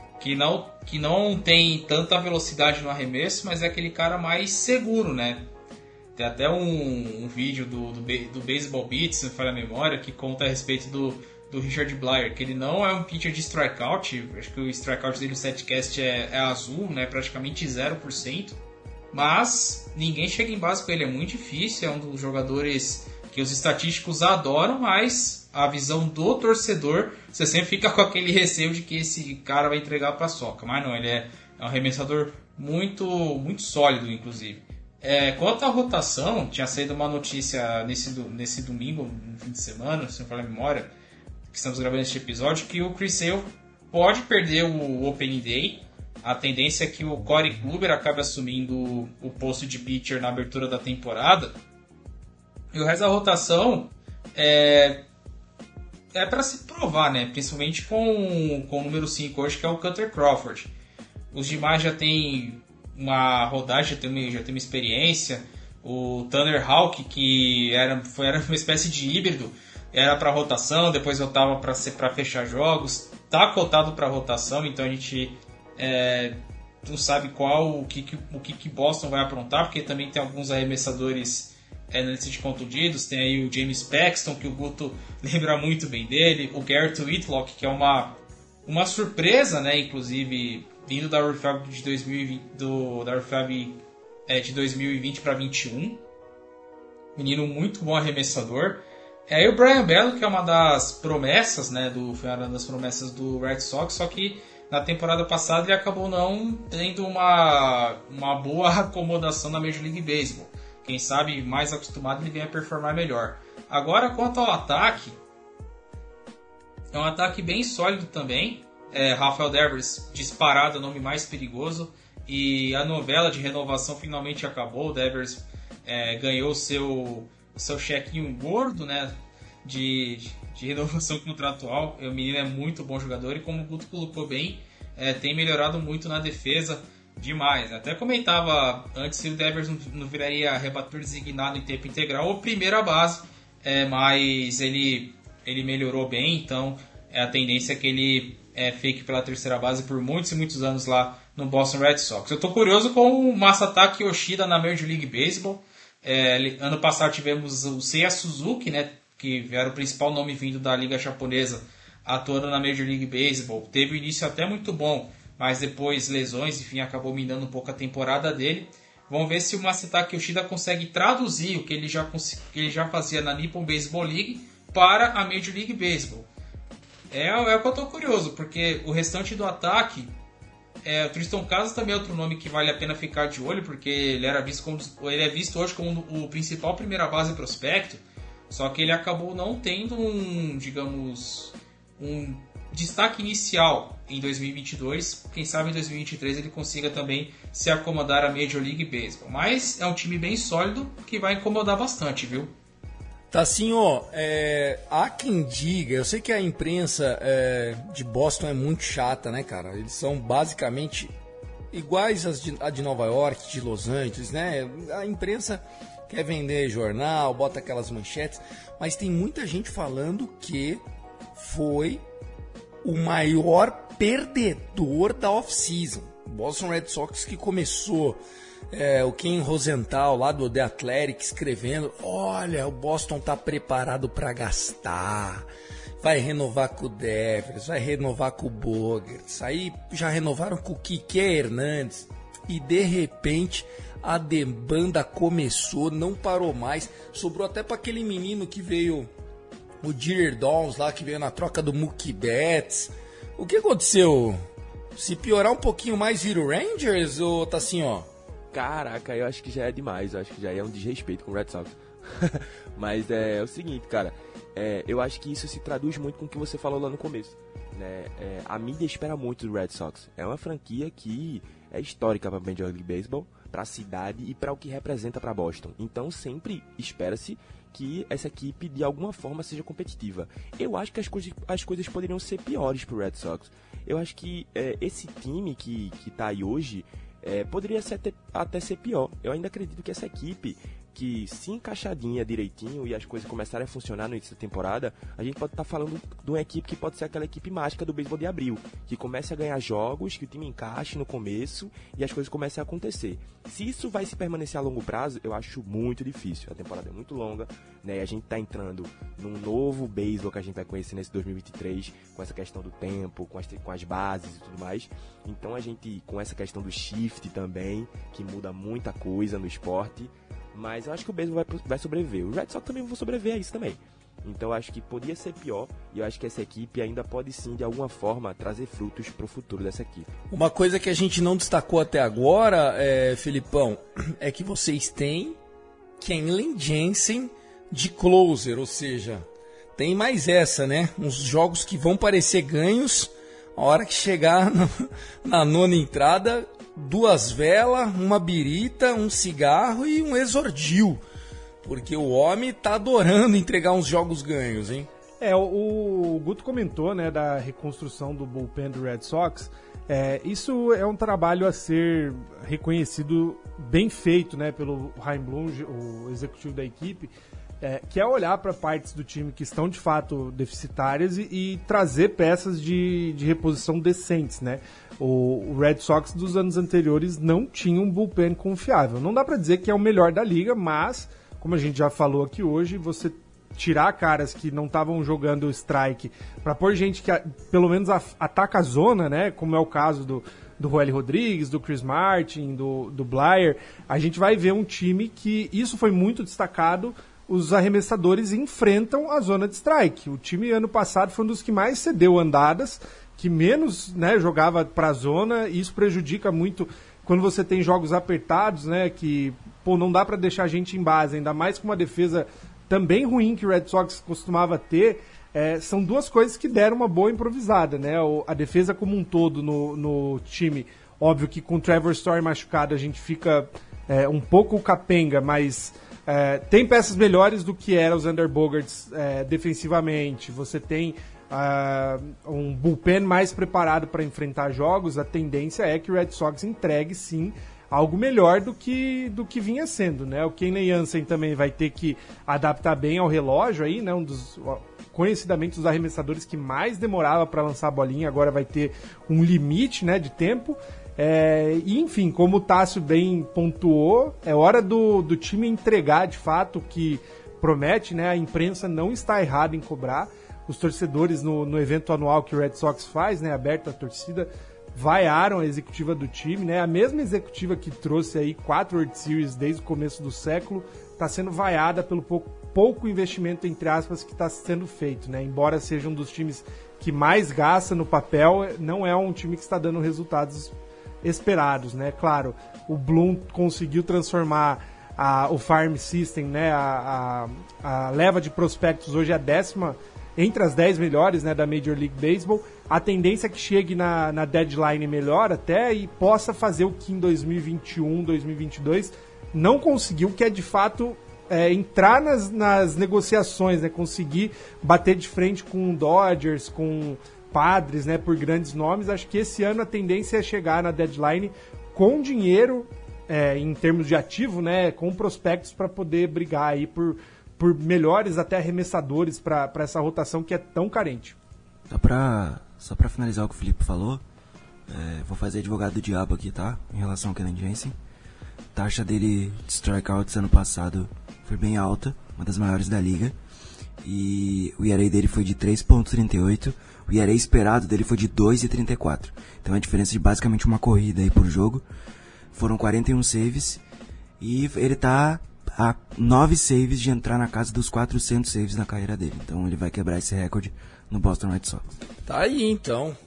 não tem tanta velocidade no arremesso, mas é aquele cara mais seguro, né? Tem até um vídeo do Baseball Beats, se não falha a memória, que conta a respeito do Richard Bleier, que ele não é um pitcher de strikeout, acho que o strikeout dele no setcast é azul, né, praticamente 0%, mas ninguém chega em base com ele, é muito difícil, é um dos jogadores que os estatísticos adoram, mas a visão do torcedor, você sempre fica com aquele receio de que esse cara vai entregar a paçoca, mas não, ele é um arremessador muito, muito sólido, inclusive. Quanto à rotação, tinha saído uma notícia nesse domingo, no fim de semana, se não falar a memória, que estamos gravando este episódio, que o Chris Sale pode perder o Opening Day. A tendência é que o Corey Kluber acabe assumindo o posto de pitcher na abertura da temporada. E o resto da rotação é para se provar, né? Principalmente com o número 5 hoje, que é o Cutter Crawford. Os demais já tem uma rodagem, já tem uma experiência. O Tanner Houck, que era uma espécie de híbrido, era para rotação, depois voltava para fechar jogos. Tá cotado para rotação, então a gente não sabe o que Boston vai aprontar, porque também tem alguns arremessadores na lista de contundidos. Tem aí o James Paxton, que o Guto lembra muito bem dele, o Garrett Whitlock, que é uma uma surpresa, né, inclusive vindo da Refab de 2020, de 2020 para 21. Menino muito bom arremessador. E o Brian Bello, que é uma das promessas, né, foi uma das promessas do Red Sox, só que na temporada passada ele acabou não tendo uma boa acomodação na Major League Baseball. Quem sabe mais acostumado ele venha a performar melhor. Agora, quanto ao ataque, é um ataque bem sólido também. Rafael Devers, disparado, o nome mais perigoso. E a novela de renovação finalmente acabou. O Devers ganhou o seu chequinho gordo, né, de renovação contratual. O menino é muito bom jogador e, como o Guto colocou bem, tem melhorado muito na defesa, demais. Até comentava antes se o Devers não viraria rebatedor designado em tempo integral ou primeira base, mas ele melhorou bem, então a tendência é que ele fique pela terceira base por muitos e muitos anos lá no Boston Red Sox. Eu estou curioso com o Masataka Yoshida na Major League Baseball. Ano passado tivemos o Seiya Suzuki, né, que era o principal nome vindo da liga japonesa, atuando na Major League Baseball. Teve um início até muito bom, mas depois lesões, enfim, acabou minando um pouco a temporada dele. Vamos ver se o Masataka Yoshida consegue traduzir o que ele já fazia na Nippon Baseball League para a Major League Baseball. É o que eu estou curioso, porque o restante do ataque, o Tristan Casas também é outro nome que vale a pena ficar de olho, porque ele é visto hoje como o principal primeira base prospecto, só que ele acabou não tendo um destaque inicial em 2022. Quem sabe em 2023 ele consiga também se acomodar à Major League Baseball. Mas é um time bem sólido que vai incomodar bastante, viu? Tá assim, há quem diga, eu sei que a imprensa de Boston é muito chata, né, cara? Eles são basicamente iguais a de Nova York, de Los Angeles, né? A imprensa quer vender jornal, bota aquelas manchetes, mas tem muita gente falando que foi o maior perdedor da off-season. O Boston Red Sox, que começou o Ken Rosenthal lá do The Athletic escrevendo: olha, o Boston tá preparado para gastar, vai renovar com o Devers, vai renovar com o Bogaerts, aí já renovaram com o Kike Hernandes, e de repente a demanda começou, não parou mais, sobrou até para aquele menino que veio, o Jeter Downs lá, que veio na troca do Mookie Betts. O que aconteceu? Se piorar um pouquinho mais, vira o Rangers ou tá assim, ó? Caraca, eu acho que já é demais, eu acho que já é um desrespeito com o Red Sox. Mas é o seguinte, cara, eu acho que isso se traduz muito com o que você falou lá no começo, né? A mídia espera muito do Red Sox. É uma franquia que é histórica para a Major League Baseball, para a cidade e para o que representa para Boston. Então sempre espera-se que essa equipe de alguma forma seja competitiva. Eu acho que as coisas poderiam ser piores para o Red Sox. Eu acho que esse time que está aí hoje poderia até ser pior. Eu ainda acredito que essa equipe, que se encaixadinha direitinho e as coisas começarem a funcionar no início da temporada, a gente pode estar falando de uma equipe que pode ser aquela equipe mágica do beisebol de abril, que comece a ganhar jogos, que o time encaixe no começo e as coisas comecem a acontecer. Se isso vai se permanecer a longo prazo, eu acho muito difícil. A temporada é muito longa, né? A gente está entrando num novo beisebol que a gente vai conhecer nesse 2023, com essa questão do tempo, com as bases e tudo mais. Então a gente, com essa questão do shift também, que muda muita coisa no esporte, mas eu acho que o beisebol vai sobreviver. O Red Sox também vai sobreviver a isso também. Então eu acho que podia ser pior, e eu acho que essa equipe ainda pode sim, de alguma forma, trazer frutos para o futuro dessa equipe. Uma coisa que a gente não destacou até agora, Felipão, é que vocês têm Kenley Jansen de closer, ou seja, tem mais essa, né? Uns jogos que vão parecer ganhos, a hora que chegar na nona entrada, 2 velas, uma birita, um cigarro e um exordil. Porque o homem tá adorando entregar uns jogos ganhos, hein? O Guto comentou, né, da reconstrução do bullpen do Red Sox. Isso é um trabalho a ser reconhecido, bem feito, né, pelo Chaim Bloom, o executivo da equipe, que é olhar para partes do time que estão de fato deficitárias e trazer peças de reposição decentes, né? O Red Sox dos anos anteriores não tinha um bullpen confiável. Não dá para dizer que é o melhor da liga, mas, como a gente já falou aqui hoje, você tirar caras que não estavam jogando strike para pôr gente que pelo menos ataca a zona, né? Como é o caso do Roel Rodrigues, do Chris Martin, do Blair, a gente vai ver um time que, isso foi muito destacado, os arremessadores enfrentam a zona de strike. O time ano passado foi um dos que mais cedeu andadas, que menos, né, jogava para a zona, e isso prejudica muito quando você tem jogos apertados, né, que não dá para deixar a gente em base, ainda mais com uma defesa também ruim que o Red Sox costumava ter. São duas coisas que deram uma boa improvisada, né? A defesa como um todo no time, óbvio que com o Trevor Story machucado a gente fica um pouco capenga, mas tem peças melhores do que eram os Xander Bogaerts defensivamente. Você tem um bullpen mais preparado para enfrentar jogos. A tendência é que o Red Sox entregue sim algo melhor do que vinha sendo, né? O Kenley Jansen também vai ter que adaptar bem ao relógio aí, né? Um dos conhecidamente os arremessadores que mais demorava para lançar a bolinha, agora vai ter um limite, né, de tempo. E enfim, como o Tássio bem pontuou, é hora do time entregar de fato o que promete, né? A imprensa não está errada em cobrar. Os torcedores no evento anual que o Red Sox faz, né, aberto à torcida, vaiaram a executiva do time, né? A mesma executiva que trouxe aí 4 World Series desde o começo do século está sendo vaiada pelo pouco investimento, entre aspas, que está sendo feito, né? Embora seja um dos times que mais gasta no papel, não é um time que está dando resultados esperados, né? Claro, o Bloom conseguiu transformar o Farm System, né? A leva de prospectos hoje é a 10ª entre as 10 melhores, né, da Major League Baseball. A tendência é que chegue na deadline melhor até e possa fazer o que em 2021, 2022 não conseguiu, que é de fato entrar nas negociações, né, conseguir bater de frente com Dodgers, com Padres, né, por grandes nomes. Acho que esse ano a tendência é chegar na deadline com dinheiro, em termos de ativo, né, com prospectos para poder brigar aí por melhores até arremessadores para essa rotação que é tão carente. Só pra finalizar o que o Felipe falou, vou fazer advogado do diabo aqui, tá? Em relação ao Kenley Jansen. A taxa dele de strikeouts ano passado foi bem alta, uma das maiores da liga. E o ERA dele foi de 3.38, o ERA esperado dele foi de 2.34. Então é a diferença de basicamente uma corrida aí por jogo. Foram 41 saves e ele tá a 9 saves de entrar na casa dos 400 saves na carreira dele. Então ele vai quebrar esse recorde no Boston Red Sox. Tá aí então,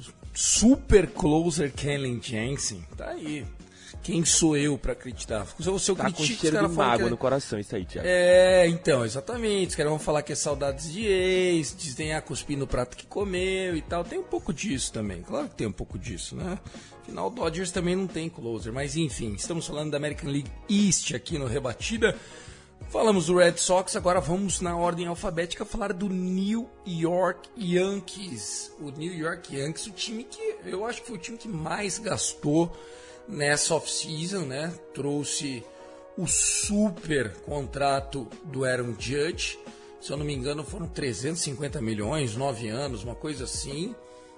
super closer Kenley Jansen, tá aí. Quem sou eu pra acreditar? Se eu tá com cheiro de mágoa no coração isso aí, Thiago. Então, exatamente. Os caras vão falar que é saudades de ex, dizem cuspir no prato que comeu e tal. Tem um pouco disso também, claro que tem um pouco disso, né? Afinal, o Dodgers também não tem closer, mas enfim, estamos falando da American League East aqui no Rebatida. Falamos do Red Sox, agora vamos na ordem alfabética falar do New York Yankees. O New York Yankees, o time que eu acho que foi o time que mais gastou nessa off-season, né? Trouxe o super contrato do Aaron Judge, se eu não me engano foram 350 milhões, 9 anos, uma coisa assim.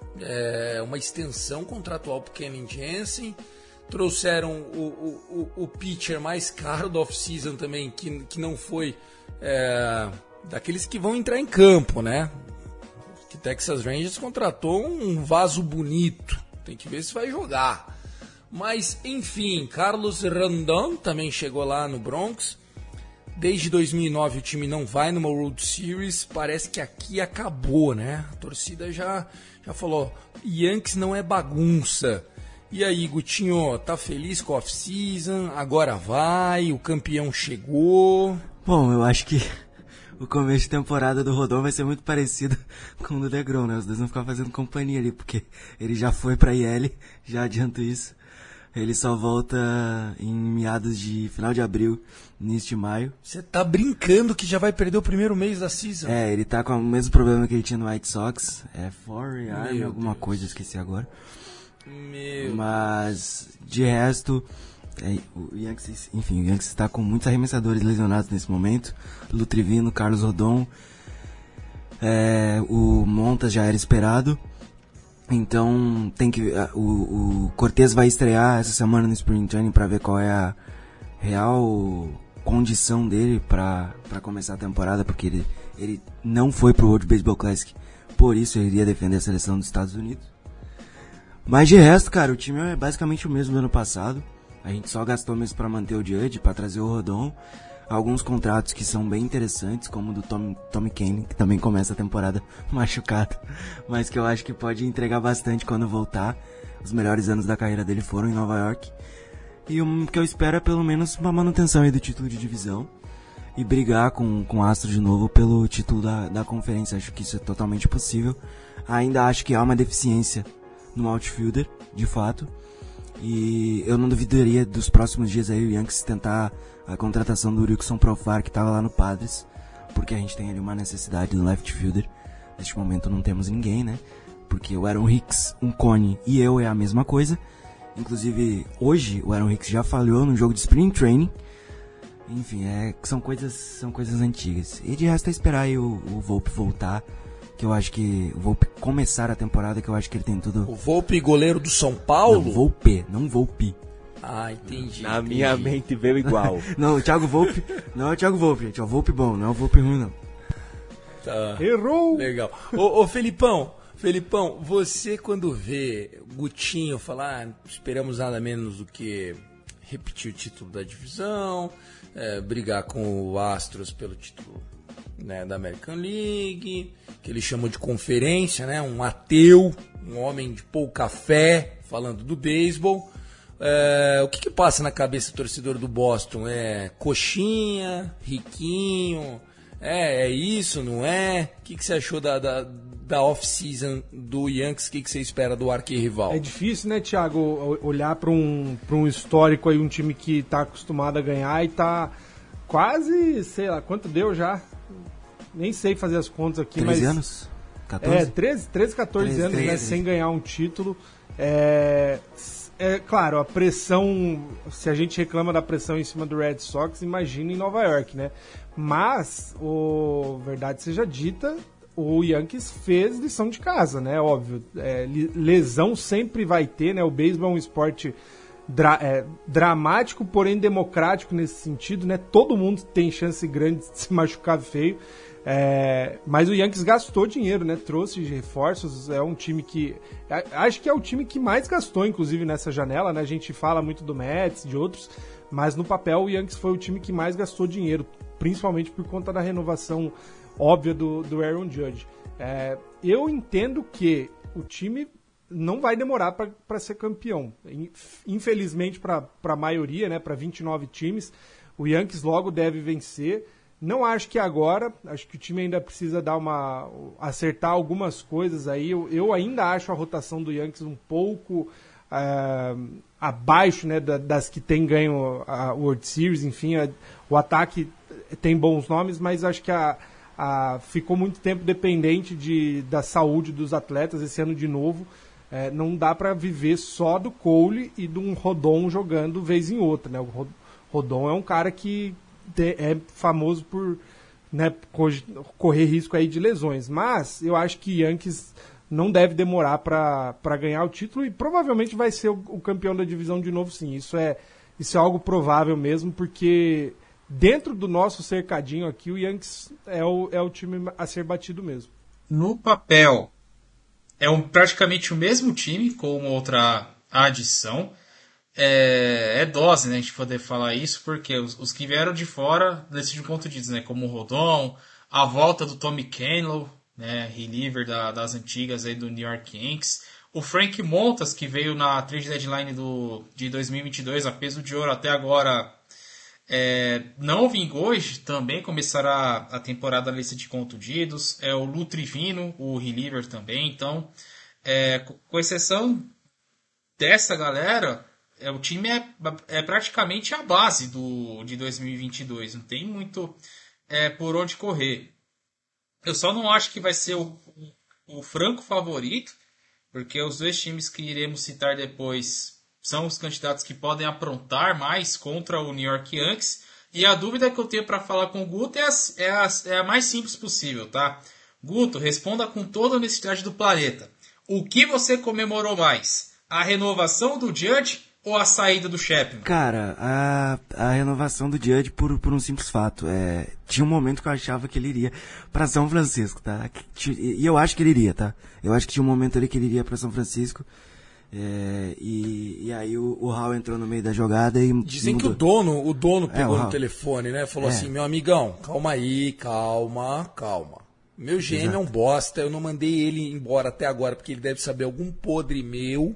Uma extensão contratual para Kenley Jansen. Trouxeram o pitcher mais caro da off-season também, que não foi daqueles que vão entrar em campo, né? Que Texas Rangers contratou um vaso bonito, tem que ver se vai jogar. Mas, enfim, Carlos Rondon também chegou lá no Bronx. Desde 2009 o time não vai numa World Series. Parece que aqui acabou, né? A torcida já falou, Yankees não é bagunça. E aí, Gutinho, tá feliz com a off-season? Agora vai, o campeão chegou. Bom, eu acho que o começo de temporada do Rodon vai ser muito parecido com o do DeGrom, né? Os dois vão ficar fazendo companhia ali, porque ele já foi pra IL, já adianto isso. Ele só volta em meados de final de abril, início de maio. Você tá brincando que já vai perder o primeiro mês da season? Ele tá com o mesmo problema que ele tinha no White Sox. Foreign Arm, alguma coisa, esqueci agora. Mas, de resto, o Yankees, enfim, o Yankees está com muitos arremessadores lesionados nesse momento. Lu Trivino, Carlos Rodon, o Montas já era esperado. Então, o Cortez vai estrear essa semana no Spring Training para ver qual é a real condição dele para começar a temporada, porque ele não foi pro World Baseball Classic, por isso ele iria defender a seleção dos Estados Unidos. Mas de resto, cara, o time é basicamente o mesmo do ano passado. A gente só gastou mesmo para manter o Judge, para trazer o Rodon. Alguns contratos que são bem interessantes, como o do Tommy Kahnle, que também começa a temporada machucado, mas que eu acho que pode entregar bastante quando voltar. Os melhores anos da carreira dele foram em Nova York. E o que eu espero é pelo menos uma manutenção aí do título de divisão e brigar com o Astros de novo pelo título da conferência. Acho que isso é totalmente possível. Ainda acho que há uma deficiência no outfielder, de fato. E eu não duvidaria dos próximos dias aí o Yankees tentar a contratação do Urickson Profar, que estava lá no Padres, porque a gente tem ali uma necessidade do left fielder. Neste momento não temos ninguém, né? Porque o Aaron Hicks, um Cone e eu é a mesma coisa. Inclusive, hoje o Aaron Hicks já falhou no jogo de Spring Training. Enfim, são coisas antigas. E de resto é esperar aí o Volpe voltar, que eu acho que o Volpe começar a temporada, que eu acho que ele tem tudo... O Volpe, goleiro do São Paulo? Não, Volpe, não Volpe. Ah, entendi. Na minha mente veio igual. Não, o Thiago Volpe, não é o Thiago Volpe, gente, é o Volpe bom, não é o Volpe ruim, não. Tá. Errou! Legal. Ô Felipão, você quando vê Gutinho falar, esperamos nada menos do que repetir o título da divisão, brigar com o Astros pelo título, né, da American League, que ele chamou de conferência, né, um ateu, um homem de pouca fé, falando do beisebol. O que passa na cabeça do torcedor do Boston? É coxinha, riquinho, é isso, não é? O que você achou da off-season do Yankees? O que você espera do arquirrival? É difícil, né, Thiago, olhar para um histórico aí, um time que tá acostumado a ganhar e tá quase, sei lá, quanto deu já? Nem sei fazer as contas aqui, 13 anos? 14? 13, 14 anos, 13, né, sem ganhar um título. Claro, a pressão, se a gente reclama da pressão em cima do Red Sox, imagina em Nova York, né? Mas, verdade seja dita, o Yankees fez lição de casa, né? Óbvio, lesão sempre vai ter, né? O beisebol é um esporte dramático, porém democrático nesse sentido, né? Todo mundo tem chance grande de se machucar feio. Mas o Yankees gastou dinheiro, né? Trouxe reforços, é um time que... Acho que é o time que mais gastou, inclusive, nessa janela, né? A gente fala muito do Mets, de outros, mas no papel o Yankees foi o time que mais gastou dinheiro, principalmente por conta da renovação óbvia do Aaron Judge. Eu entendo que o time não vai demorar para ser campeão. Infelizmente, para a maioria, né? Para 29 times, o Yankees logo deve vencer. Não acho que agora, acho que o time ainda precisa acertar algumas coisas aí. Eu ainda acho a rotação do Yankees um pouco abaixo, né, das que tem ganho a World Series. Enfim, o ataque tem bons nomes, mas acho que ficou muito tempo dependente da saúde dos atletas. Esse ano de novo, não dá para viver só do Cole e de um Rodon jogando vez em outra, né? O Rodon é um cara que é famoso por, né, correr risco aí de lesões, mas eu acho que Yankees não deve demorar para ganhar o título e provavelmente vai ser o campeão da divisão de novo, sim. Isso é algo provável mesmo, porque dentro do nosso cercadinho aqui o Yankees é o time a ser batido mesmo. No papel praticamente o mesmo time com uma outra adição. É dose, né, a gente poder falar isso, porque os que vieram de fora, desse ponto de vista, né, como o Rodon, a volta do Tommy Kahnle, né, reliever das antigas aí do New York Yankees, o Frank Montas, que veio na trade deadline de 2022 a peso de ouro até agora, não vingou, também começará a temporada na lista de contundidos, o Lu Trivino, o reliever também, então, com exceção dessa galera, o time é praticamente a base de 2022. Não tem muito por onde correr. Eu só não acho que vai ser o franco favorito, porque os dois times que iremos citar depois são os candidatos que podem aprontar mais contra o New York Yankees. E a dúvida que eu tenho para falar com o Guto é a mais simples possível, tá? Guto, responda com toda a honestidade do planeta. O que você comemorou mais? A renovação do Judge ou a saída do Chapman? Cara, a renovação do Judge por um simples fato. Tinha um momento que eu achava que ele iria pra São Francisco, tá? E eu acho que ele iria, tá? Eu acho que tinha um momento ali que ele iria pra São Francisco. E aí o Hall entrou no meio da jogada e dizem mudou. que o dono pegou no telefone, né? Falou assim, meu amigão, calma aí, calma. Meu GM é um bosta, eu não mandei ele embora até agora porque ele deve saber algum podre meu,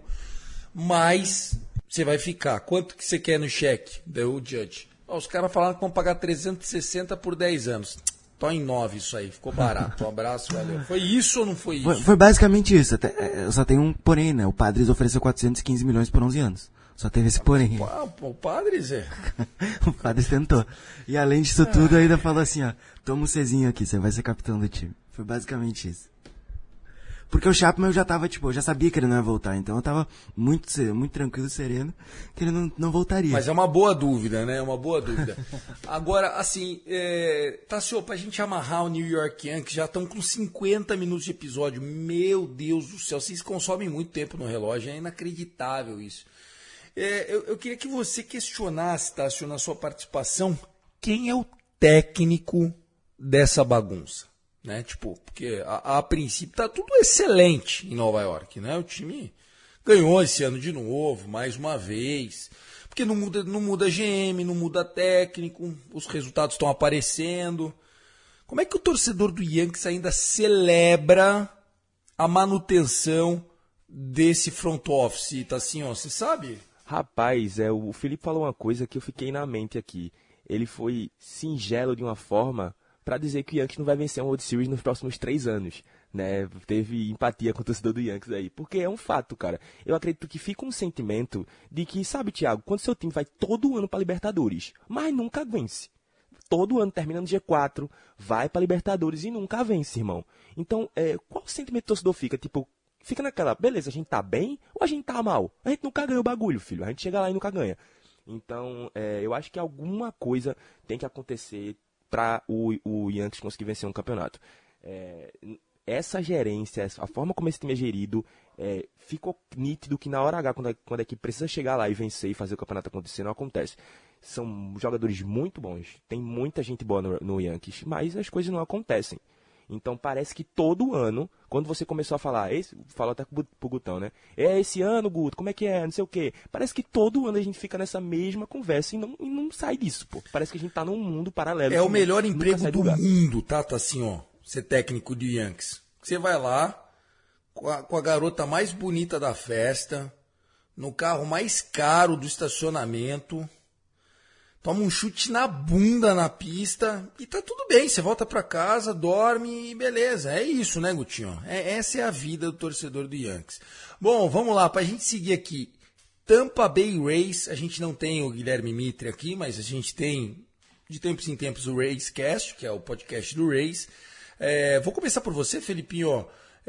mas você vai ficar. Quanto que você quer no cheque? Deu o Judge. Os caras falaram que vão pagar 360 por 10 anos. Tô em 9 isso aí, ficou barato. Um abraço, valeu. Foi isso ou não foi isso? Foi basicamente isso. Só tem um porém, né? O Padres ofereceu 415 milhões por 11 anos. Só teve esse porém. O Padres O Padres tentou. E além disso tudo, ainda falou assim, ó, toma um Czinho aqui, você vai ser capitão do time. Foi basicamente isso. Porque o Chapman eu já tava, eu já sabia que ele não ia voltar, então eu tava muito tranquilo, sereno, que ele não voltaria. Mas é uma boa dúvida, né? Uma boa dúvida. Agora, assim, Tassio, pra gente amarrar o New York Yankees, já estão com 50 minutos de episódio. Meu Deus do céu, vocês consomem muito tempo no relógio, é inacreditável isso. Eu queria que você questionasse, Tassio, na sua participação, quem é o técnico dessa bagunça? Né? Porque a princípio tá tudo excelente em Nova York, né? O time ganhou esse ano de novo, mais uma vez. Porque não muda GM, não muda técnico, os resultados estão aparecendo. Como é que o torcedor do Yankees ainda celebra a manutenção desse front office, tá assim, ó, você sabe? Rapaz, o Felipe falou uma coisa que eu fiquei na mente aqui. Ele foi singelo de uma forma para dizer que o Yankees não vai vencer uma World Series nos próximos 3 anos, né? Teve empatia com o torcedor do Yankees aí, porque é um fato, cara. Eu acredito que fica um sentimento de que, sabe, Thiago, quando seu time vai todo ano para Libertadores, mas nunca vence. Todo ano termina no G4, vai para Libertadores e nunca vence, irmão. Então, qual o sentimento do torcedor fica? Fica naquela, beleza, a gente tá bem ou a gente tá mal? A gente nunca ganha o bagulho, filho. A gente chega lá e nunca ganha. Então, eu acho que alguma coisa tem que acontecer para o Yankees conseguir vencer um campeonato. Essa gerência, a forma como esse time é gerido, ficou nítido que na hora H, quando a equipe precisa chegar lá e vencer e fazer o campeonato acontecer, não acontece. São jogadores muito bons, tem muita gente boa no Yankees, mas as coisas não acontecem. Então parece que todo ano, quando você começou a falar, falou até pro Gutão, né? Esse ano, Guto, como é que é? Não sei o quê. Parece que todo ano a gente fica nessa mesma conversa e não sai disso, pô. Parece que a gente tá num mundo paralelo. É o melhor emprego do mundo, tá assim, ó. Ser técnico de Yankees. Você vai lá, com a garota mais bonita da festa, no carro mais caro do estacionamento, toma um chute na bunda na pista e tá tudo bem. Você volta pra casa, dorme e beleza. É isso, né, Gutinho? Essa é a vida do torcedor do Yankees. Bom, vamos lá, pra gente seguir aqui. Tampa Bay Rays, a gente não tem o Guilherme Mitre aqui, mas a gente tem, de tempos em tempos, o Rays Cast, que é o podcast do Rays. Vou começar por você, Felipinho.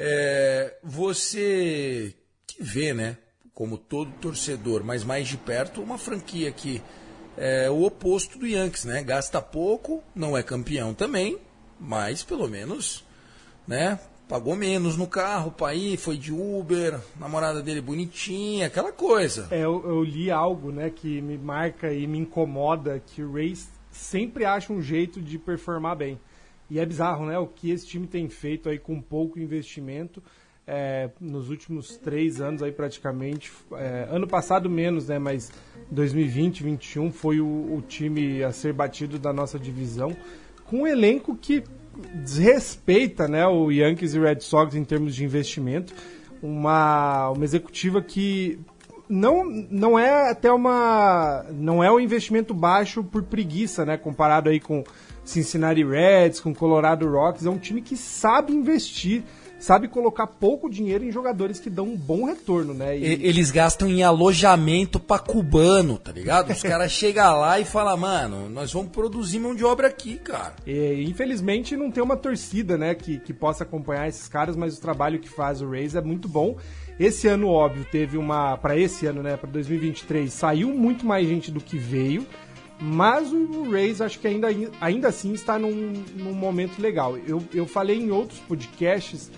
Você que vê, né, como todo torcedor, mas mais de perto, uma franquia que o oposto do Yankees, né? Gasta pouco, não é campeão também, mas pelo menos, né? Pagou menos no carro para ir, foi de Uber, namorada dele bonitinha, aquela coisa. Eu li algo, né, que me marca e me incomoda, que o Rays sempre acha um jeito de performar bem. E é bizarro, né? O que esse time tem feito aí com pouco investimento. Nos últimos 3 anos aí praticamente, ano passado menos, né, mas 2020, 2021 foi o time a ser batido da nossa divisão, com um elenco que desrespeita, né, o Yankees e Red Sox em termos de investimento, uma executiva que não é um investimento baixo por preguiça, né, comparado aí com Cincinnati Reds, com Colorado Rockies. É um time que sabe investir, sabe colocar pouco dinheiro em jogadores que dão um bom retorno, né? Eles gastam em alojamento pra cubano, tá ligado? Os caras chegam lá e falam, mano, nós vamos produzir mão de obra aqui, cara. Infelizmente não tem uma torcida, né, que possa acompanhar esses caras, mas o trabalho que faz o Rays é muito bom. Esse ano, óbvio, teve pra esse ano, né, pra 2023, saiu muito mais gente do que veio, mas o Rays acho que ainda assim está num momento legal. Eu falei em outros podcasts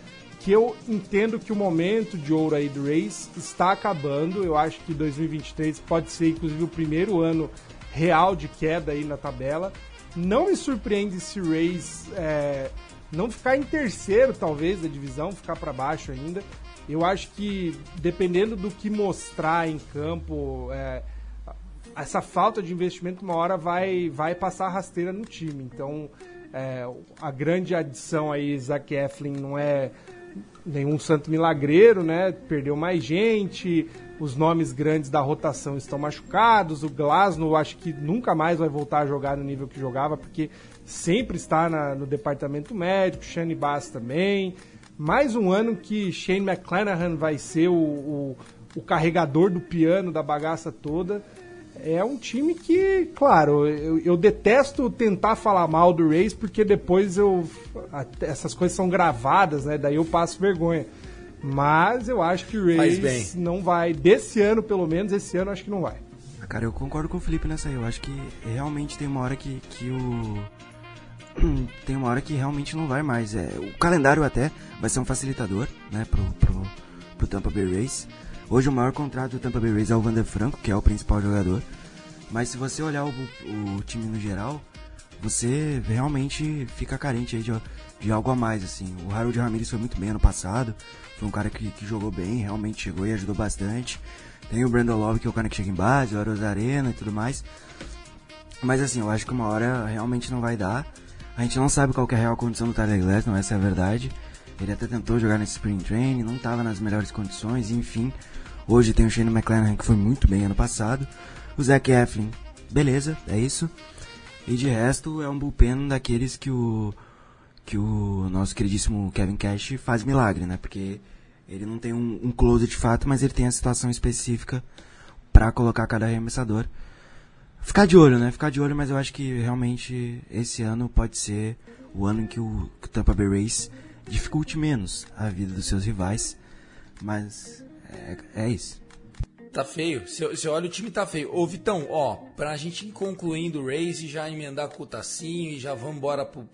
que eu entendo que o momento de ouro aí do Rays está acabando. Eu acho que 2023 pode ser, inclusive, o primeiro ano real de queda aí na tabela. Não me surpreende se o Rays não ficar em terceiro, talvez, da divisão, ficar para baixo ainda. Eu acho que, dependendo do que mostrar em campo, essa falta de investimento, uma hora vai passar a rasteira no time. Então, a grande adição aí, Zach Eflin, não é nenhum santo milagreiro, né? Perdeu mais gente, os nomes grandes da rotação estão machucados, o Glasnow acho que nunca mais vai voltar a jogar no nível que jogava, porque sempre está no departamento médico, Shane Bass também. Mais um ano que Shane McClanahan vai ser o carregador do piano da bagaça toda. É um time que, claro, eu detesto tentar falar mal do Rays, porque depois essas coisas são gravadas, né? Daí eu passo vergonha. Mas eu acho que o Rays não vai, desse ano pelo menos, esse ano acho que não vai. Cara, eu concordo com o Felipe nessa aí. Eu acho que realmente tem uma hora que tem uma hora que realmente não vai mais. O calendário até vai ser um facilitador, né, pro Tampa Bay Rays. Hoje o maior contrato do Tampa Bay Rays é o Wander Franco, que é o principal jogador. Mas se você olhar o time no geral, você realmente fica carente aí de algo a mais, assim. O Harold Ramirez foi muito bem ano passado. Foi um cara que jogou bem, realmente chegou e ajudou bastante. Tem o Brandon Love, que é o cara que chega em base, o Arozarena e tudo mais. Mas assim, eu acho que uma hora realmente não vai dar. A gente não sabe qual que é a real condição do Tyler Glasnow, essa é a verdade. Ele até tentou jogar nesse Spring Training, não estava nas melhores condições, enfim. Hoje tem o Shane McClanahan, que foi muito bem ano passado. O Zach Eflin, beleza, é isso. E de resto, é um bullpen daqueles que o nosso queridíssimo Kevin Cash faz milagre, né? Porque ele não tem um closer de fato, mas ele tem a situação específica para colocar cada arremessador. Ficar de olho, né? Ficar de olho, mas eu acho que realmente esse ano pode ser o ano em que o Tampa Bay Rays dificulte menos a vida dos seus rivais. Mas é isso. Tá feio. Você olha, o time tá feio. Ô, Vitão, ó, pra gente ir concluindo o Rays e já emendar com o Tacinho e já vamos embora pro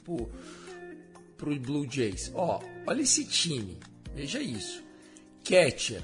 Blue Jays. Ó, olha esse time. Veja isso. Catcher.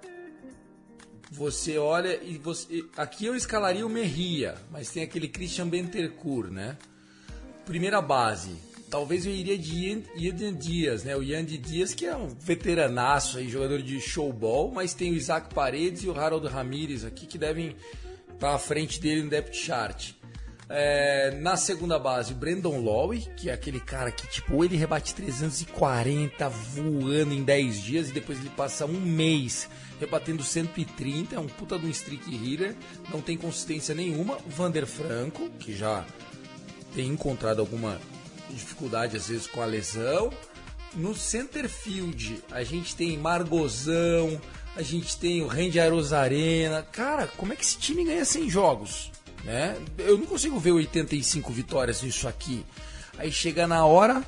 Você olha e você... Aqui eu escalaria o Merria, mas tem aquele Christian Bentercourt, né? Primeira base. Talvez eu iria de Ian Diaz, né? O Ian Diaz, que é um veteranaço aí, jogador de showball, mas tem o Isaac Paredes e o Harold Ramirez aqui que devem estar à frente dele no depth chart. Na segunda base, o Brandon Lowe, que é aquele cara que, tipo, ele rebate 340 voando em 10 dias e depois ele passa um mês rebatendo 130, é um puta de um streak hitter, não tem consistência nenhuma. Wander Franco, que já tem encontrado alguma dificuldade às vezes com a lesão. No center field a gente tem Margozão, a gente tem o Randy Arozarena. Cara, como é que esse time ganha 100 jogos? Né? Eu não consigo ver 85 vitórias nisso aqui. Aí chega na hora,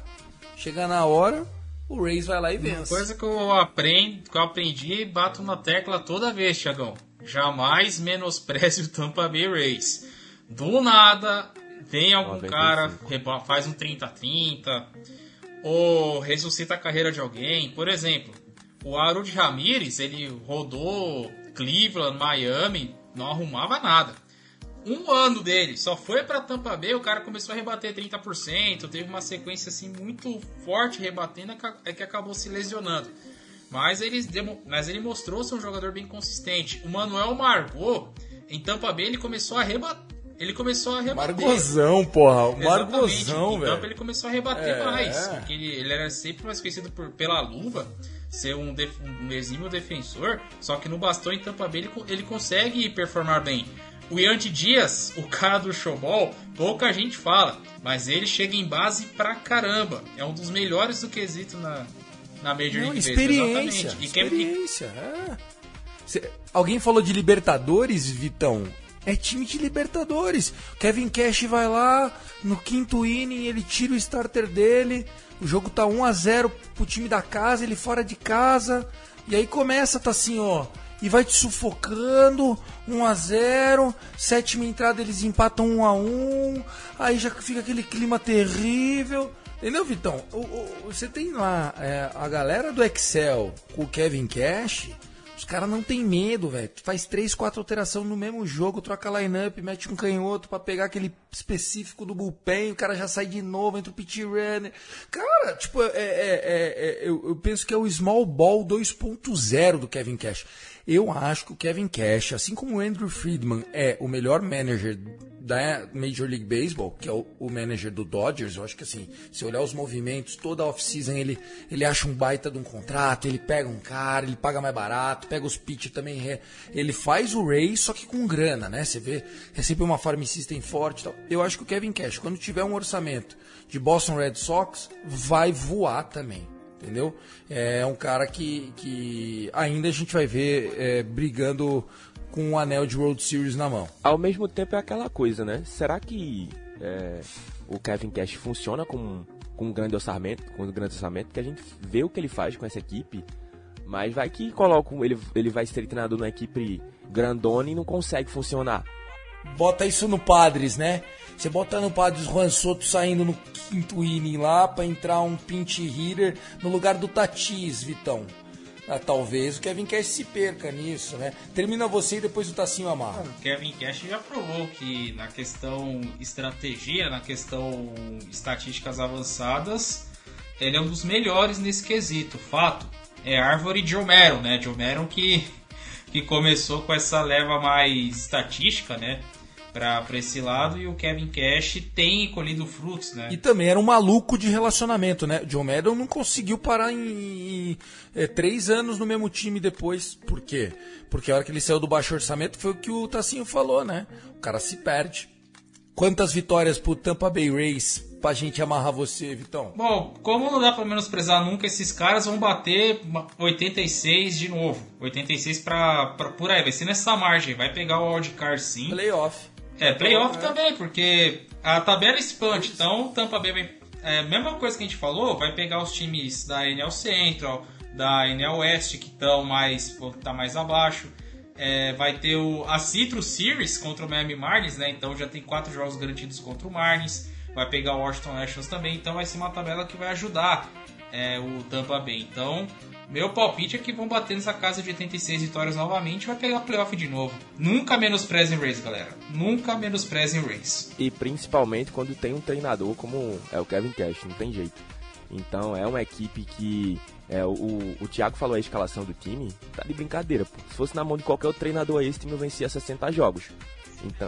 o Rays vai lá e vence. Uma coisa que eu aprendi e bato na tecla toda vez, Thiagão: jamais menospreze o Tampa Bay Rays. Do nada vem algum cara, faz um 30-30 ou ressuscita a carreira de alguém. Por exemplo, o Harold Ramirez, ele rodou Cleveland, Miami, não arrumava nada. Um ano dele só foi pra Tampa Bay, o cara começou a rebater 30%, teve uma sequência assim muito forte rebatendo, que acabou se lesionando. Mas ele mostrou ser um jogador bem consistente. O Manuel Margot, em Tampa Bay, ele começou a rebater. Margozão, porra. O Margozão, velho. Então ele começou a rebater mais. Porque ele era sempre mais conhecido pela luva, ser um exímio defensor. Só que no bastão em Tampa Bay ele consegue performar bem. O Ian Diaz, o cara do showball, pouca gente fala, mas ele chega em base pra caramba. É um dos melhores do quesito na Major League Baseball. Experiência. Alguém falou de Libertadores, Vitão? É time de Libertadores. Kevin Cash vai lá, no quinto inning, ele tira o starter dele, o jogo tá 1-0 pro time da casa, ele fora de casa, e aí começa, tá assim, ó, e vai te sufocando, 1-0, sétima entrada eles empatam 1-1, aí já fica aquele clima terrível. Entendeu, Vitão? Você tem lá a galera do Excel com o Kevin Cash, os caras não tem medo, velho. Faz 3, 4 alterações no mesmo jogo, troca a line-up, mete um canhoto pra pegar aquele específico do bullpen, o cara já sai de novo, entra o pitch runner. Cara, tipo, eu penso que é o small ball 2.0 do Kevin Cash. Eu acho que o Kevin Cash, assim como o Andrew Friedman é o melhor manager da Major League Baseball, que é o manager do Dodgers, eu acho que assim, se olhar os movimentos, toda a off-season ele acha um baita de um contrato, ele pega um cara, ele paga mais barato, pega os pitchers também, ele faz o raise, só que com grana, né? Você vê, é sempre uma farm system forte e tal. Eu acho que o Kevin Cash, quando tiver um orçamento de Boston Red Sox, vai voar também. Entendeu? É um cara que ainda a gente vai ver brigando com um anel de World Series na mão. Ao mesmo tempo é aquela coisa, né? Será que o Kevin Cash funciona com um grande orçamento? Que a gente vê o que ele faz com essa equipe, mas vai que ele vai ser treinador numa equipe grandona e não consegue funcionar. Bota isso no Padres, né? Você bota no Padres o Juan Soto saindo no 5º inning lá pra entrar um pinch hitter no lugar do Tatis, Vitão. Talvez o Kevin Cash se perca nisso, né? Termina você e depois o Tacinho amarra. O Kevin Cash já provou que na questão estratégia, na questão estatísticas avançadas, ele é um dos melhores nesse quesito. Fato, é árvore de Homero, né? De Homero que começou com essa leva mais estatística, né? Pra esse lado, e o Kevin Cash tem colhido frutos, né? E também era um maluco de relacionamento, né? John Maddon não conseguiu parar em 3 anos no mesmo time depois. Por quê? Porque a hora que ele saiu do baixo orçamento foi o que o Tacinho falou, né? O cara se perde. Quantas vitórias pro Tampa Bay Rays pra gente amarrar você, Vitão? Bom, como não dá pra menosprezar nunca, esses caras vão bater 86 de novo. 86 por aí, vai ser nessa margem. Vai pegar o wildcard sim. Playoff. Playoff também, porque a tabela expande, então o Tampa Bay vai... mesma coisa que a gente falou, vai pegar os times da NL Central, da NL West, que estão mais abaixo. Vai ter a Citrus Series contra o Miami Marlins, né? Então já tem 4 jogos garantidos contra o Marlins. Vai pegar o Washington Nationals também, então vai ser uma tabela que vai ajudar o Tampa Bay. Então, meu palpite é que vão bater nessa casa de 86 vitórias novamente e vai pegar playoff de novo. Nunca menosprezem Rays, galera. Nunca menosprezem Rays. E principalmente quando tem um treinador como é o Kevin Cash, não tem jeito. Então é uma equipe que... o Thiago falou a escalação do time, tá de brincadeira, pô. Se fosse na mão de qualquer outro treinador aí, esse time não vencia 60 jogos. Então...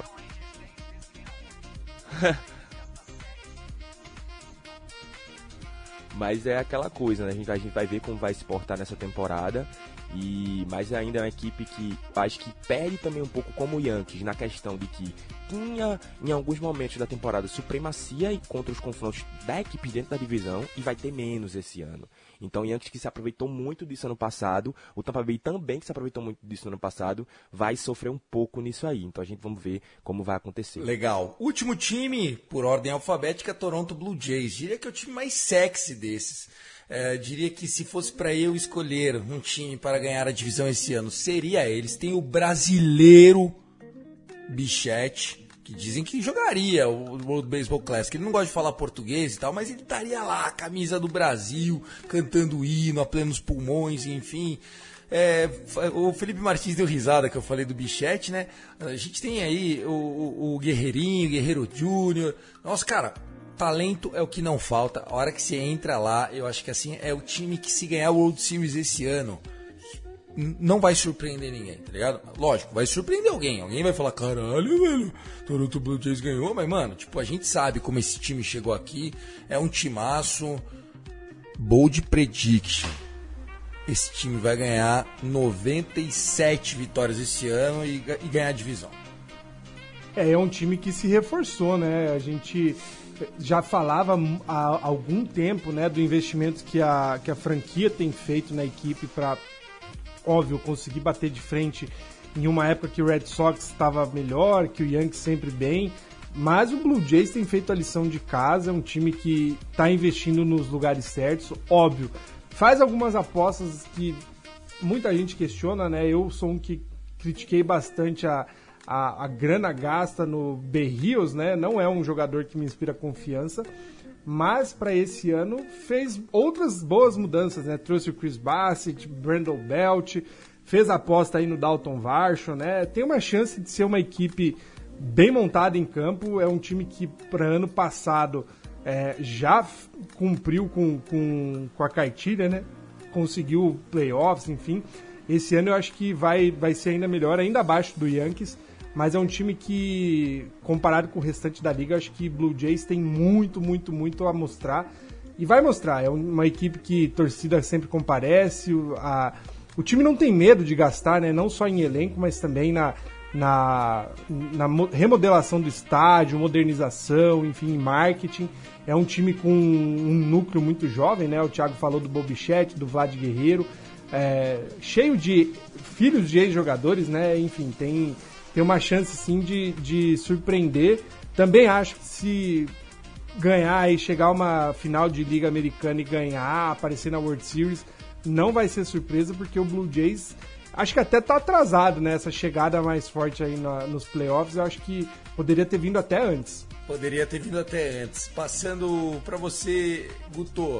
Mas é aquela coisa, né? A gente vai ver como vai se portar nessa temporada. Mas ainda é uma equipe que acho que perde também um pouco como o Yankees, na questão de que tinha em alguns momentos da temporada supremacia e contra os confrontos da equipe dentro da divisão, e vai ter menos esse ano. Então o Yankees, que se aproveitou muito disso ano passado, o Tampa Bay também, que se aproveitou muito disso ano passado, vai sofrer um pouco nisso aí. Então a gente vamos ver como vai acontecer. Legal. Último time, por ordem alfabética, Toronto Blue Jays. Diria que é o time mais sexy desses. Diria que se fosse para eu escolher um time para ganhar a divisão esse ano, seria eles. Tem o brasileiro Bichette, que dizem que jogaria o World Baseball Classic. Ele não gosta de falar português e tal, mas ele estaria lá, a camisa do Brasil, cantando hino a plenos pulmões, enfim. O Felipe Martins deu risada que eu falei do Bichette, né? A gente tem aí o Guerreirinho, Guerreiro Júnior. Nossa, cara, talento é o que não falta. A hora que você entra lá, eu acho que assim é o time que, se ganhar o World Series esse ano, não vai surpreender ninguém, tá ligado? Lógico, vai surpreender alguém. Alguém vai falar, caralho, velho, Toronto Blue Jays ganhou. Mas, mano, tipo, a gente sabe como esse time chegou aqui. É um timaço. Bold prediction. Esse time vai ganhar 97 vitórias esse ano e ganhar a divisão. É um time que se reforçou, né? A gente já falava há algum tempo, né, do investimento que a franquia tem feito na equipe para, óbvio, conseguir bater de frente em uma época que o Red Sox estava melhor, que o Yankees sempre bem, mas o Blue Jays tem feito a lição de casa, é um time que está investindo nos lugares certos, óbvio, faz algumas apostas que muita gente questiona, né? Eu sou um que critiquei bastante a grana gasta no Berrios, né? Não é um jogador que me inspira confiança, mas para esse ano fez outras boas mudanças, né? Trouxe o Chris Bassett, Brandon Belt, fez a aposta aí no Dalton Varsho, né? Tem uma chance de ser uma equipe bem montada em campo. É um time que para ano passado já cumpriu com a cartilha, né? Conseguiu playoffs, enfim. Esse ano eu acho que vai ser ainda melhor, ainda abaixo do Yankees, mas é um time que, comparado com o restante da liga, eu acho que Blue Jays tem muito, muito, muito a mostrar. E vai mostrar. É uma equipe que torcida sempre comparece. O time não tem medo de gastar, né? Não só em elenco, mas também na remodelação do estádio, modernização, enfim, marketing. É um time com um núcleo muito jovem, né? O Thiago falou do Bobichette, do Vlad Guerreiro, cheio de filhos de ex-jogadores, né? Enfim, tem uma chance sim de surpreender. Também acho que se ganhar e chegar a uma final de Liga Americana e ganhar, aparecer na World Series, não vai ser surpresa, porque o Blue Jays acho que até tá atrasado, né? Essa chegada mais forte aí nos playoffs, eu acho que poderia ter vindo até antes. Poderia ter vindo até antes. Passando para você, Guto,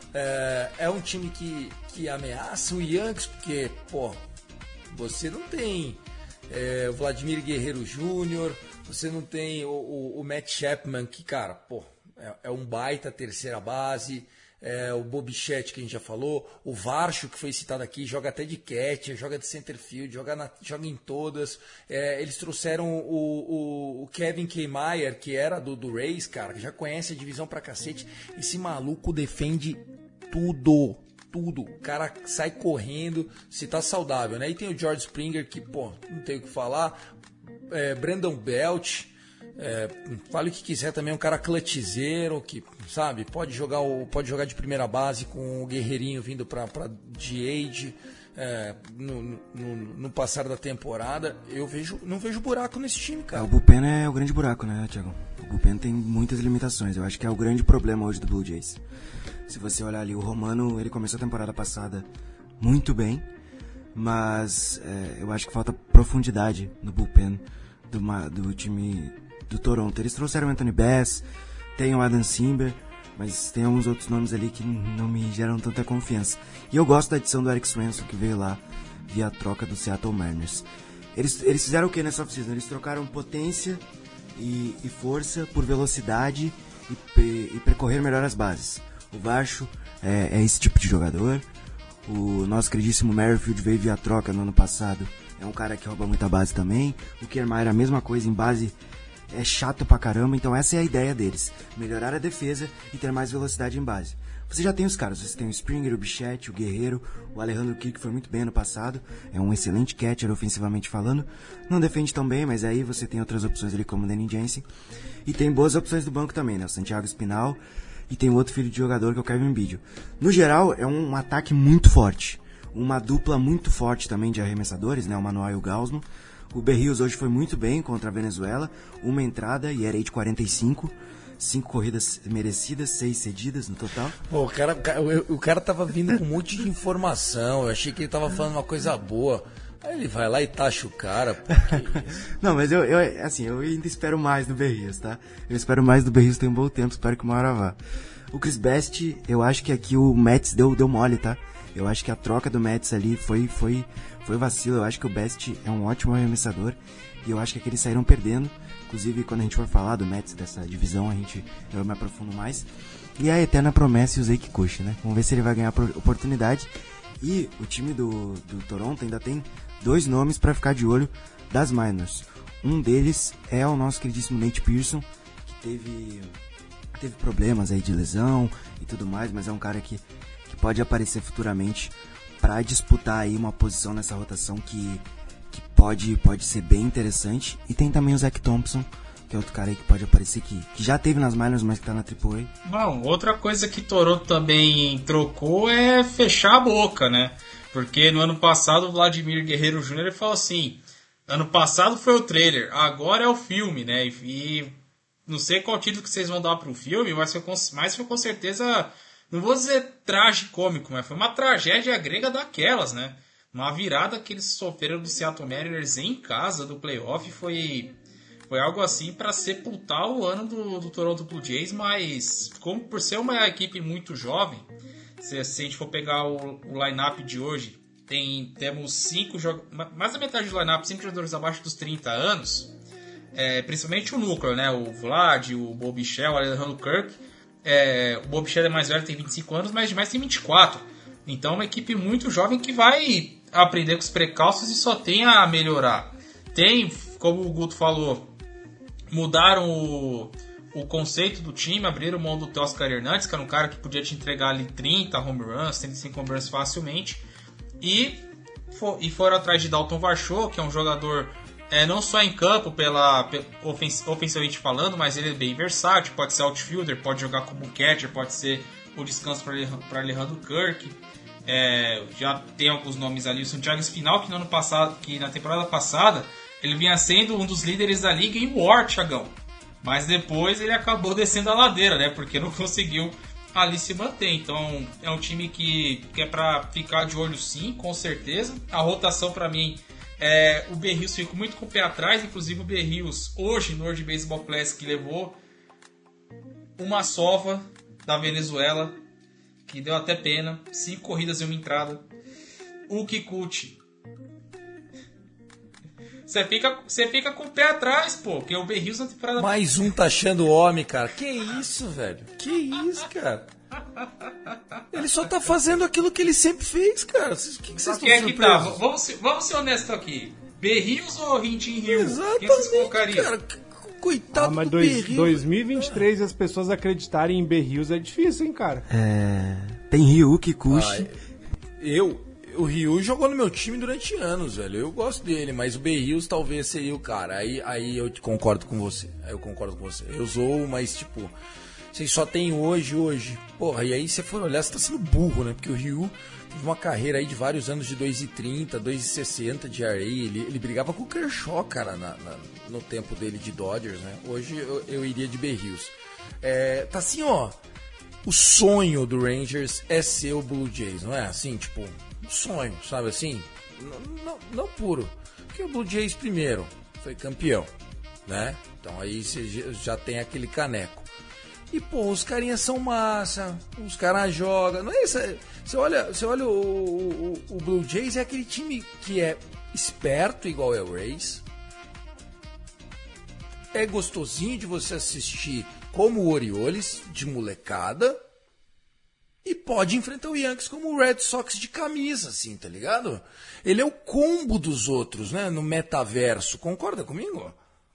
é um time que ameaça o Yankees, porque, pô, você não tem o Vladimir Guerreiro Jr., você não tem o Matt Chapman, que, cara, pô, é um baita terceira base. O Bobichette, que a gente já falou, o Varsho, que foi citado aqui, joga até de catcher, joga de center field, joga em todas. Eles trouxeram o Kevin Kiermaier, que era do Rays, cara, que já conhece a divisão pra cacete. Esse maluco defende tudo. O cara sai correndo se tá saudável, né? E tem o George Springer, que, pô, não tem o que falar. Brandon Belt, fale o que quiser, também é um cara clutchzeiro, que, sabe, pode jogar de primeira base com o Guerreirinho vindo pra DH no passar da temporada. Não vejo buraco nesse time, cara. O bullpen é o grande buraco, né, Thiago? O bullpen tem muitas limitações. Eu acho que é o grande problema hoje do Blue Jays. Se você olhar ali, o Romano, ele começou a temporada passada muito bem, mas eu acho que falta profundidade no bullpen do time do Toronto. Eles trouxeram o Anthony Bass, tem o Adam Simber, mas tem alguns outros nomes ali que não me geram tanta confiança. E eu gosto da adição do Eric Swenson, que veio lá via a troca do Seattle Mariners. Eles fizeram o que nessa off-season? Eles trocaram potência e força por velocidade e percorrer melhor as bases. O Varsho é esse tipo de jogador. O nosso queridíssimo Merrifield veio via troca no ano passado. É um cara que rouba muita base também. O Kiermaier, a mesma coisa, em base é chato pra caramba. Então essa é a ideia deles. Melhorar a defesa e ter mais velocidade em base. Você já tem os caras. Você tem o Springer, o Bichette, o Guerreiro. O Alejandro Kirk foi muito bem ano passado. É um excelente catcher ofensivamente falando. Não defende tão bem, mas aí você tem outras opções ali como o Danny Jansen. E tem boas opções do banco também, né? O Santiago Espinal. E tem outro filho de jogador que é o Kevin Biggio. No geral, é um ataque muito forte. Uma dupla muito forte também de arremessadores, né? O Manuel e o Gausman. O Berrios hoje foi muito bem contra a Venezuela. Uma entrada e era aí de 45. 5 corridas merecidas, 6 cedidas no total. Pô, o cara tava vindo com um monte de informação. Eu achei que ele tava falando uma coisa boa. Aí ele vai lá e taxa o cara, pô, que isso? Não, mas eu ainda espero mais do Berrios, tá? Eu espero mais do Berrios, tem um bom tempo, espero que uma hora vá. O Chris Best, eu acho que aqui o Mets deu mole, tá? Eu acho que a troca do Mets ali foi vacilo. Eu acho que o Best é um ótimo arremessador e eu acho que aqui eles saíram perdendo. Inclusive, quando a gente for falar do Mets, dessa divisão, eu me aprofundo mais. E a eterna promessa e o Zeke Kikuchi, né? Vamos ver se ele vai ganhar oportunidade. E o time do Toronto ainda tem 2 nomes para ficar de olho das minors. Um deles é o nosso queridíssimo Nate Pearson, que teve problemas aí de lesão e tudo mais, mas é um cara que pode aparecer futuramente para disputar aí uma posição nessa rotação que pode ser bem interessante. E tem também o Zach Thompson, que é outro cara aí que pode aparecer, que já teve nas minors, mas que tá na AAA. Não, outra coisa que Toronto também trocou é fechar a boca, né? Porque no ano passado o Vladimir Guerreiro Jr. ele falou assim, ano passado foi o trailer, agora é o filme, né? E não sei qual título que vocês vão dar pro filme, mas foi com certeza, não vou dizer tragicômico, mas foi uma tragédia grega daquelas, né? Uma virada que eles sofreram do Seattle Mariners em casa do playoff foi algo assim para sepultar o ano do Toronto Blue Jays, mas como por ser uma equipe muito jovem, se a gente for pegar o line-up de hoje, temos 5 jogadores, mais da metade do line-up, 5 jogadores abaixo dos 30 anos, principalmente o núcleo, né? O Vlad, o Bo Bichette, o Alejandro Kirk. O Bo Bichette é mais velho, tem 25 anos, mas demais tem 24. Então é uma equipe muito jovem que vai aprender com os precalços e só tem a melhorar. Tem, como o Guto falou, mudaram o conceito do time, abriram mão do Teoscar Hernandes, que era um cara que podia te entregar ali 30 home runs, 35 home runs facilmente, e foram atrás de Dalton Varsho, que é um jogador não só em campo, ofensivamente falando, mas ele é bem versátil, pode ser outfielder, pode jogar como catcher, pode ser o descanso para Alejandro Kirk. Já tem alguns nomes ali, o Santiago Espinal, que na temporada passada ele vinha sendo um dos líderes da liga em WAR, Thiagão. Mas depois ele acabou descendo a ladeira, né? Porque não conseguiu ali se manter. Então é um time que é para ficar de olho, sim, com certeza. A rotação para mim, o Berrios fica muito com o pé atrás. Inclusive o Berrios hoje no World Baseball Classic levou uma sova da Venezuela, que deu até pena. 5 corridas e 1 entrada. O Kikuchi, você fica com o pé atrás, pô, porque o Berrios na temporada... Mais um taxando o homem, cara. Que isso, velho? Que isso, cara? Ele só tá fazendo aquilo que ele sempre fez, cara. O que vocês estão surpresos? Tá? Vamos ser honestos aqui. Berrios ou Rintin Rio? Exatamente, quem vocês colocariam? Cara. Coitado mas do Berrios. 2023 as pessoas acreditarem em Berrios é difícil, hein, cara? Tem Ryu, Kikuchi. O Ryu jogou no meu time durante anos, velho. Eu gosto dele, mas o Berrios talvez seria o cara. Aí eu concordo com você. Eu zoo, mas tipo, vocês só tem hoje. Porra, e aí se você for olhar, você tá sendo burro, né? Porque o Ryu teve uma carreira aí de vários anos de 2,30, 2,60 de ERA. Ele brigava com o Kershaw, cara, no tempo dele de Dodgers, né? Hoje eu iria de Berrios. Tá assim, ó. O sonho do Rangers é ser o Blue Jays, não é? Assim, tipo, um sonho, sabe assim? Não puro. Porque o Blue Jays primeiro foi campeão, né? Então aí você já tem aquele caneco. E, pô, os carinhas são massa, os caras jogam. Não é isso? Você olha o Blue Jays, é aquele time que é esperto, igual é o Rays. É gostosinho de você assistir como o Orioles, de molecada. E pode enfrentar o Yankees como o Red Sox de camisa, assim, tá ligado? Ele é o combo dos outros, né? No metaverso. Concorda comigo?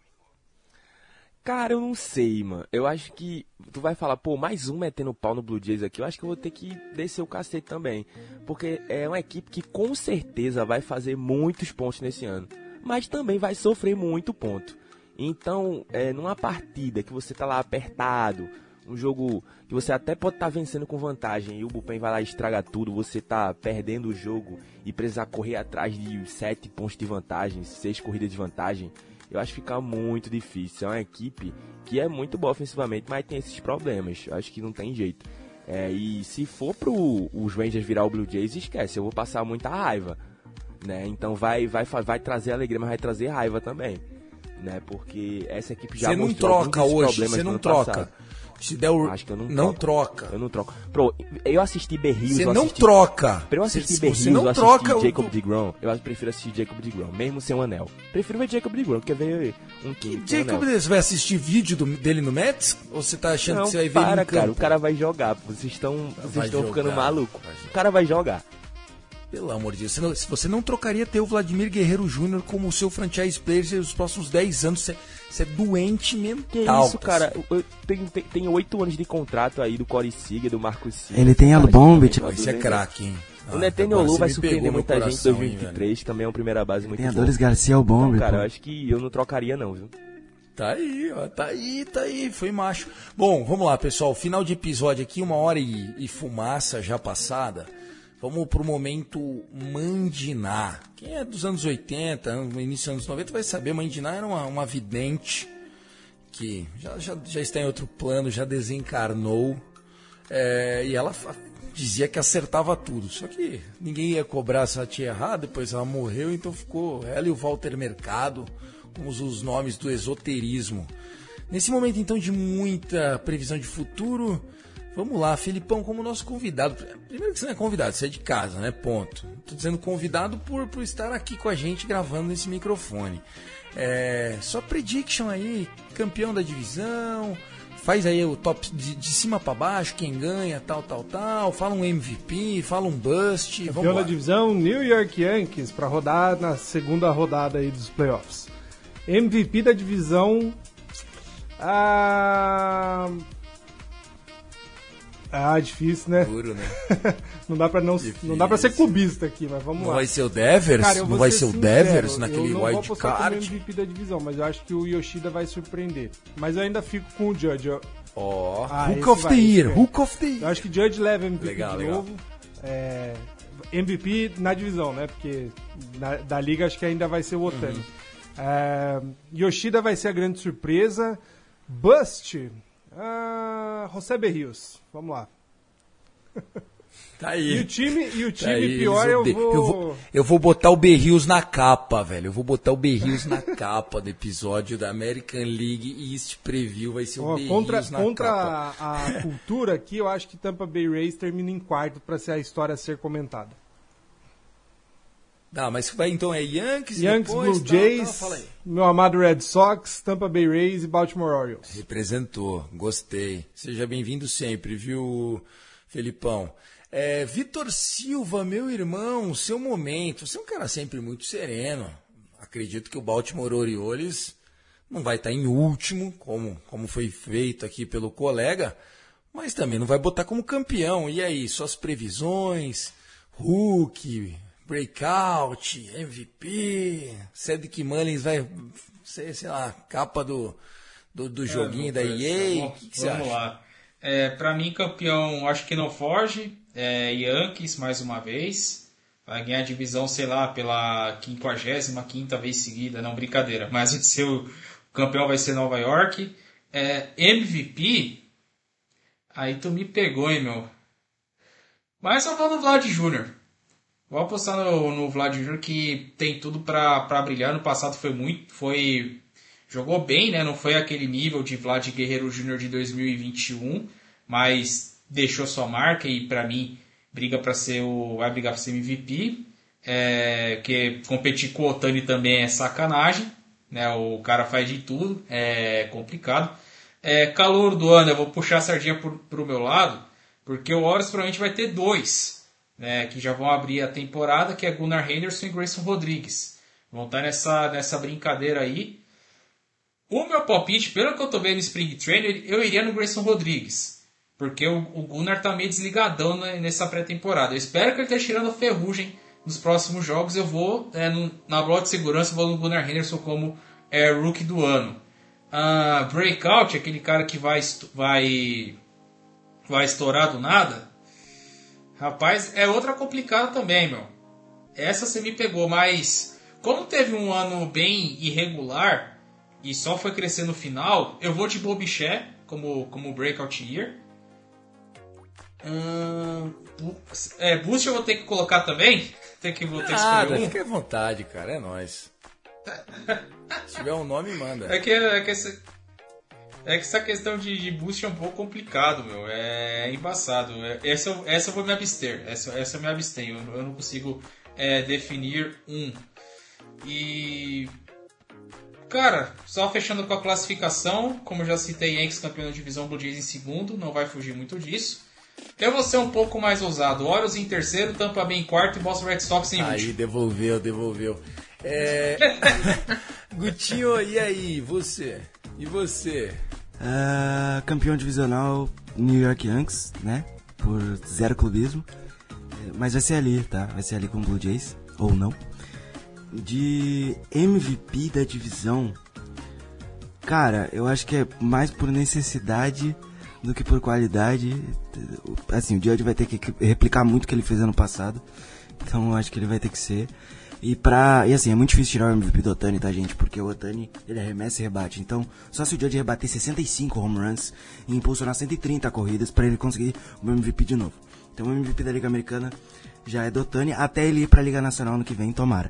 Cara, eu não sei, mano. Eu acho que tu vai falar, pô, mais um metendo pau no Blue Jays aqui. Eu acho que eu vou ter que descer o cacete também. Porque é uma equipe que com certeza vai fazer muitos pontos nesse ano. Mas também vai sofrer muito ponto. Então, numa partida que você tá lá apertado, um jogo que você até pode estar vencendo com vantagem e o bullpen vai lá e estraga tudo, você tá perdendo o jogo e precisar correr atrás de 7 pontos de vantagem, 6 corridas de vantagem, eu acho que fica muito difícil. É uma equipe que é muito boa ofensivamente, mas tem esses problemas, eu acho que não tem jeito. E se for os Rangers virar o Blue Jays, esquece, eu vou passar muita raiva, né? Então vai trazer alegria, mas vai trazer raiva também, né? Porque essa equipe já mostrou muitos problemas no ano passado. Você não troca. Se der o... Acho que eu não troca. Eu não troco. Pro, eu assisti Berrios. Você não troca. Pra eu assistir Berrios, eu assisti Jacob deGrom. Eu prefiro assistir Jacob deGrom, mesmo sem um anel. Prefiro ver Jacob deGrom, porque ver um quinto. Jacob, você vai assistir vídeo dele no Mets? Ou você tá achando que você vai ver ele em campo? Cara, o cara vai jogar. Vocês estão ficando maluco. O cara vai jogar. Pelo amor de Deus, se você não trocaria ter o Vladimir Guerreiro Jr. como o seu franchise player nos próximos 10 anos, você é doente mental. Que isso, cara? Tem 8 anos de contrato aí do Corey Seager, do Marcus Seager. Ele tem Alubomb, tipo... Isso é craque, hein? O Netanyahu vai surpreender muita gente em 2023, que também é uma primeira base muito boa. Tem a Doris Garcia Albomb, então, cara, eu acho que eu não trocaria não, viu? Tá aí, ó, tá aí, foi macho. Bom, vamos lá, pessoal, final de episódio aqui, 1h e fumaça já passada. Vamos pro momento Mandiná. Quem é dos anos 80, no início dos anos 90 vai saber, Mandiná era uma vidente que já está em outro plano, já desencarnou. E ela dizia que acertava tudo. Só que ninguém ia cobrar se ela tinha errado, depois ela morreu, então ficou ela e o Walter Mercado como os nomes do esoterismo. Nesse momento, então, de muita previsão de futuro, vamos lá, Felipão, como nosso convidado. Primeiro que você não é convidado, você é de casa, né? Ponto. Tô dizendo convidado por estar aqui com a gente gravando nesse microfone. Só prediction aí, campeão da divisão, faz aí o top de cima para baixo, quem ganha, tal. Fala um MVP, fala um bust. Campeão da divisão, New York Yankees, para rodar na segunda rodada aí dos playoffs. MVP da divisão... difícil, né? Duro, né? não dá pra ser clubista aqui, mas vamos lá. Não vai ser o Devers? Cara, não vai ser o Devers naquele wild card? Eu não vou apostar como card? MVP da divisão, mas eu acho que o Yoshida vai surpreender. Mas eu ainda fico com o Judge. Hook of the Year. Eu acho que o Judge leva MVP legal. novo. MVP na divisão, né? Porque da liga acho que ainda vai ser o Otani. Yoshida vai ser a grande surpresa. Bust... José Berrios, vamos lá. Tá aí. E o time tá aí, pior eu vou botar o Berrios na capa, velho. Eu vou botar o Berrios na capa do episódio da American League East Preview. Vai ser o Berrios na contra capa. a cultura aqui, eu acho que Tampa Bay Rays termina em quarto para ser a história a ser comentada. Mas vai então Yankees Blue depois, Jays, fala aí. meu amado Red Sox, Tampa Bay Rays e Baltimore Orioles. Representou, gostei. Seja bem-vindo sempre, viu, Felipão? Vitor Silva, meu irmão, seu momento. Você é um cara sempre muito sereno. Acredito que o Baltimore Orioles não vai estar em último, como foi feito aqui pelo colega, mas também não vai botar como campeão. E aí, suas previsões, Hulk... Breakout, MVP, Cedric Mullins vai ser, sei lá, capa do joguinho da EA. O que você acha? Vamos lá. Pra mim, campeão, acho que não foge. Yankees, mais uma vez. Vai ganhar a divisão, sei lá, pela 55ª vez seguida. Não, brincadeira. Mas o campeão vai ser Nova York. MVP, aí tu me pegou, hein, meu. Mas eu vou no Vlad Jr. Vou apostar no Vlad Jr. que tem tudo pra brilhar. No passado jogou bem, né? Não foi aquele nível de Vlad Guerreiro Jr. de 2021, mas deixou sua marca e pra mim vai brigar pra ser MVP. Que competir com o Otani também é sacanagem, né? O cara faz de tudo, é complicado. Calor do ano, eu vou puxar a sardinha pro meu lado, porque o Orioles provavelmente vai ter dois. Que já vão abrir a temporada, que é Gunnar Henderson e Grayson Rodrigues. Vão estar nessa brincadeira aí. O meu palpite, pelo que eu tô vendo no Spring Training, eu iria no Grayson Rodrigues. Porque o Gunnar tá meio desligadão nessa pré-temporada. Eu espero que ele esteja tirando a ferrugem nos próximos jogos. Eu vou, na bola de segurança, eu vou no Gunnar Henderson como rookie do ano. Breakout, aquele cara que vai estourar do nada. Rapaz, é outra complicada também, meu. Essa você me pegou, mas como teve um ano bem irregular e só foi crescer no final, eu vou de Bo Bichette como Breakout Year. Boost eu vou ter que colocar também? Vou ter que escolher um? Fica à vontade, cara, é nóis. Se tiver um nome, manda. É que essa questão de boost é um pouco complicado, meu. É embaçado. Essa eu vou me abster. Essa eu me abstenho. Eu não consigo definir um. E... Cara, só fechando com a classificação. Como eu já citei, Yankees campeão da divisão, Blue Jays em segundo. Não vai fugir muito disso. Eu vou ser um pouco mais ousado. Orioles em terceiro, Tampa Bay em quarto e Boston Red Sox em último. Aí, devolveu. Gutinho, e aí? Você? E você? Campeão divisional New York Yankees, né? Por zero clubismo. Mas vai ser ali, tá? Vai ser ali com o Blue Jays, ou não. De MVP da divisão, cara, eu acho que é mais por necessidade do que por qualidade. Assim, o Judge vai ter que replicar muito o que ele fez ano passado. Então eu acho que ele vai ter que ser. E assim, é muito difícil tirar o MVP do Otani, tá, gente? Porque o Otani, ele arremessa e rebate. Então, só se o Judge rebater 65 home runs e impulsionar 130 corridas pra ele conseguir o MVP de novo. Então o MVP da Liga Americana já é do Ohtani, até ele ir pra Liga Nacional no que vem, tomara.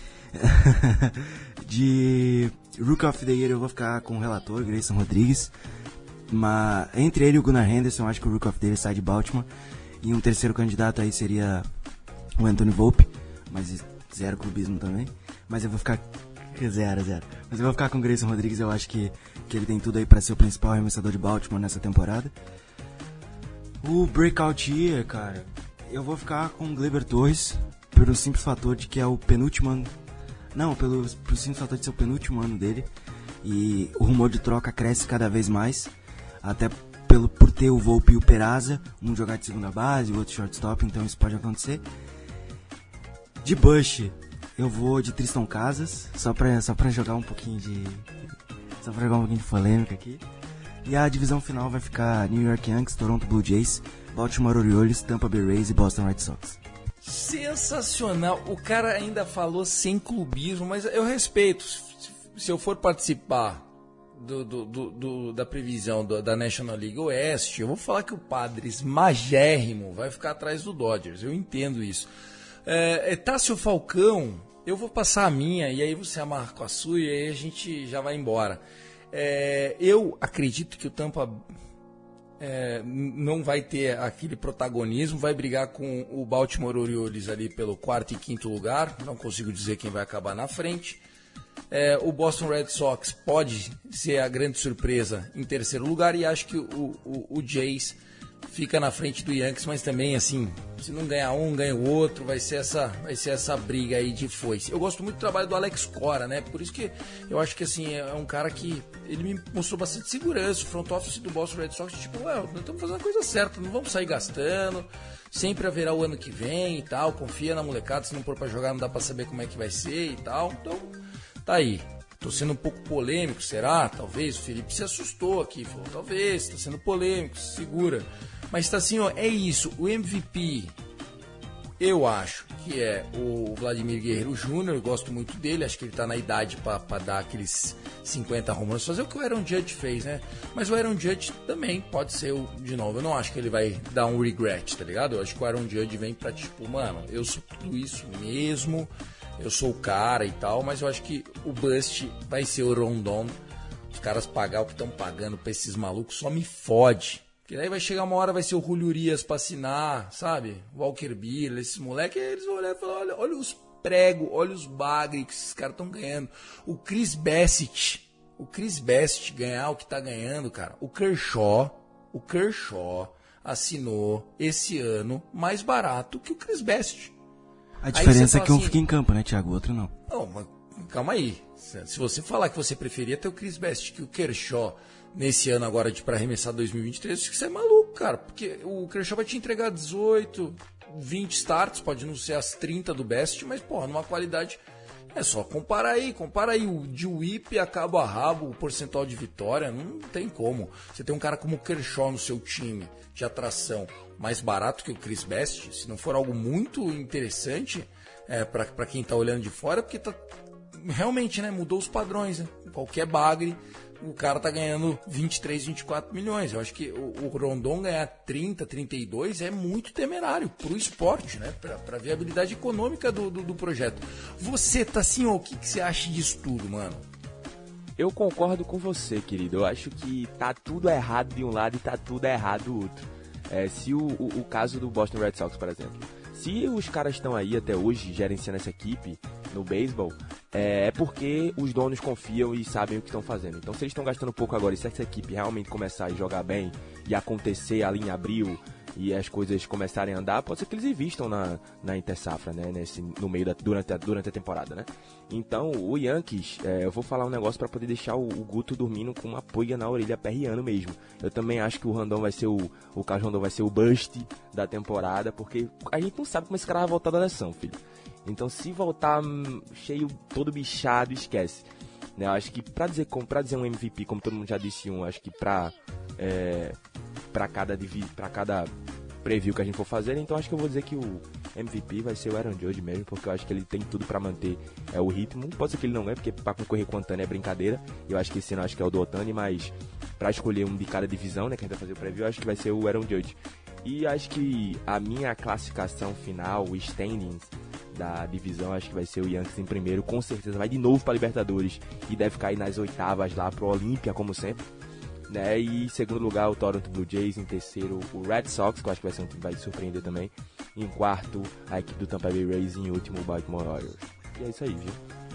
De Rookie of the Year eu vou ficar com o relator, Grayson Rodrigues. Mas entre ele e o Gunnar Henderson, acho que o Rookie of the Year sai de Baltimore. E um terceiro candidato aí seria o Anthony Volpe, mas zero clubismo também. Mas eu vou ficar... Zero. Mas eu vou ficar com o Grayson Rodrigues, eu acho que ele tem tudo aí pra ser o principal arremessador de Baltimore nessa temporada. O Breakout Year, cara, eu vou ficar com o Gleyber Torres, pelo simples fator de que é o penúltimo ano... Não, pelo simples fator de ser o penúltimo ano dele. E o rumor de troca cresce cada vez mais, até por ter o Volpe e o Peraza, um jogar de segunda base, o outro shortstop, então isso pode acontecer. De Bush, eu vou de Tristan Casas, só pra jogar um pouquinho de polêmica aqui. E a divisão final vai ficar New York Yankees, Toronto Blue Jays, Baltimore Orioles, Tampa Bay Rays e Boston Red Sox. Sensacional, o cara ainda falou sem clubismo, mas eu respeito. Se eu for participar da previsão da National League Oeste, eu vou falar que o Padres magérrimo vai ficar atrás do Dodgers, eu entendo isso. Tássio Falcão, eu vou passar a minha e aí você amarra com a sua e aí a gente já vai embora. Eu acredito que o Tampa não vai ter aquele protagonismo, vai brigar com o Baltimore Orioles ali pelo 4º e 5º lugar, não consigo dizer quem vai acabar na frente. O Boston Red Sox pode ser a grande surpresa em terceiro lugar e acho que o Jays fica na frente do Yankees, mas também assim, se não ganhar um, ganha o outro, vai ser essa briga aí de foice. Eu gosto muito do trabalho do Alex Cora, né? Por isso que eu acho que assim, é um cara que ele me mostrou bastante segurança, o front office do Boston Red Sox, tipo, nós estamos fazendo a coisa certa, não vamos sair gastando, sempre haverá o ano que vem e tal, confia na molecada, se não for pra jogar não dá pra saber como é que vai ser e tal, então tá aí. Tô sendo um pouco polêmico, será? Talvez, o Felipe se assustou aqui, falou, talvez, tá sendo polêmico, segura. Mas tá assim, ó, é isso, o MVP, eu acho que é o Vladimir Guerrero Jr., eu gosto muito dele, acho que ele tá na idade pra dar aqueles 50 home runs, fazer o que o Aaron Judge fez, né? Mas o Aaron Judge também pode ser, de novo, eu não acho que ele vai dar um regret, tá ligado? Eu acho que o Aaron Judge vem pra, tipo, mano, eu sou tudo isso mesmo, eu sou o cara e tal, mas eu acho que o bust vai ser o Rondon. Os caras pagar o que estão pagando pra esses malucos só me fode. Porque daí vai chegar uma hora, vai ser o Julio Urias pra assinar, sabe? Walker Buehler, esses moleques, eles vão olhar e falar, olha os pregos, olha os bagre que esses caras estão ganhando. O Chris Bassett ganhar o que tá ganhando, cara. O Kershaw assinou esse ano mais barato que o Chris Bassett. A diferença é que um fica em campo, né, Thiago? O outro não. Não, mas calma aí. Se você falar que você preferia ter o Chris Bassett que o Kershaw nesse ano agora para arremessar 2023, acho que você é maluco, cara. Porque o Kershaw vai te entregar 18, 20 starts, pode não ser as 30 do Bassett, mas, porra, numa qualidade... É só compara aí. O de whip a cabo a rabo, o percentual de vitória, não tem como. Você tem um cara como o Kershaw no seu time de atração mais barato que o Chris Bassett, se não for algo muito interessante para quem tá olhando de fora, porque tá realmente, né, mudou os padrões, né? Qualquer bagre, o cara tá ganhando 23, 24 milhões. Eu acho que o Rondon ganhar 30, 32 é muito temerário pro esporte, né? Pra viabilidade econômica do projeto. Você tá assim, ó, o que você acha disso tudo, mano? Eu concordo com você, querido. Eu acho que tá tudo errado de um lado e tá tudo errado do outro. Se o caso do Boston Red Sox, por exemplo, se os caras estão aí até hoje gerenciando essa equipe no beisebol, é porque os donos confiam e sabem o que estão fazendo. Então, se eles estão gastando pouco agora e se essa equipe realmente começar a jogar bem e acontecer ali em abril e as coisas começarem a andar, pode ser que eles investam na intersafra, né? No meio durante a temporada, né? Então, o Yankees, eu vou falar um negócio para poder deixar o Guto dormindo com uma pulga na orelha, perreando mesmo. Eu também acho que o Rondon vai ser o Carlos Rondon vai ser o bust da temporada, porque a gente não sabe como esse cara vai voltar da lesão, filho. Então, se voltar cheio, todo bichado, esquece. Eu acho que pra dizer um MVP, como todo mundo já disse, acho que pra cada preview que a gente for fazer, então acho que eu vou dizer que o MVP vai ser o Aaron Judge mesmo, porque eu acho que ele tem tudo pra manter o ritmo. Pode ser que ele não ganhe, porque pra concorrer com o Ohtani é brincadeira. Eu acho que esse ano acho que é o do Ohtani, mas pra escolher um de cada divisão, né, que a gente vai fazer o preview, eu acho que vai ser o Aaron Judge. E acho que a minha classificação final, o standings da divisão, acho que vai ser o Yankees em primeiro, com certeza vai de novo para Libertadores e deve cair nas oitavas lá pro Olímpia, como sempre, né? E em segundo lugar o Toronto Blue Jays, em terceiro o Red Sox, que eu acho que vai ser um time que vai surpreender também, em quarto a equipe do Tampa Bay Rays e em último o Baltimore Orioles. E é isso aí, viu?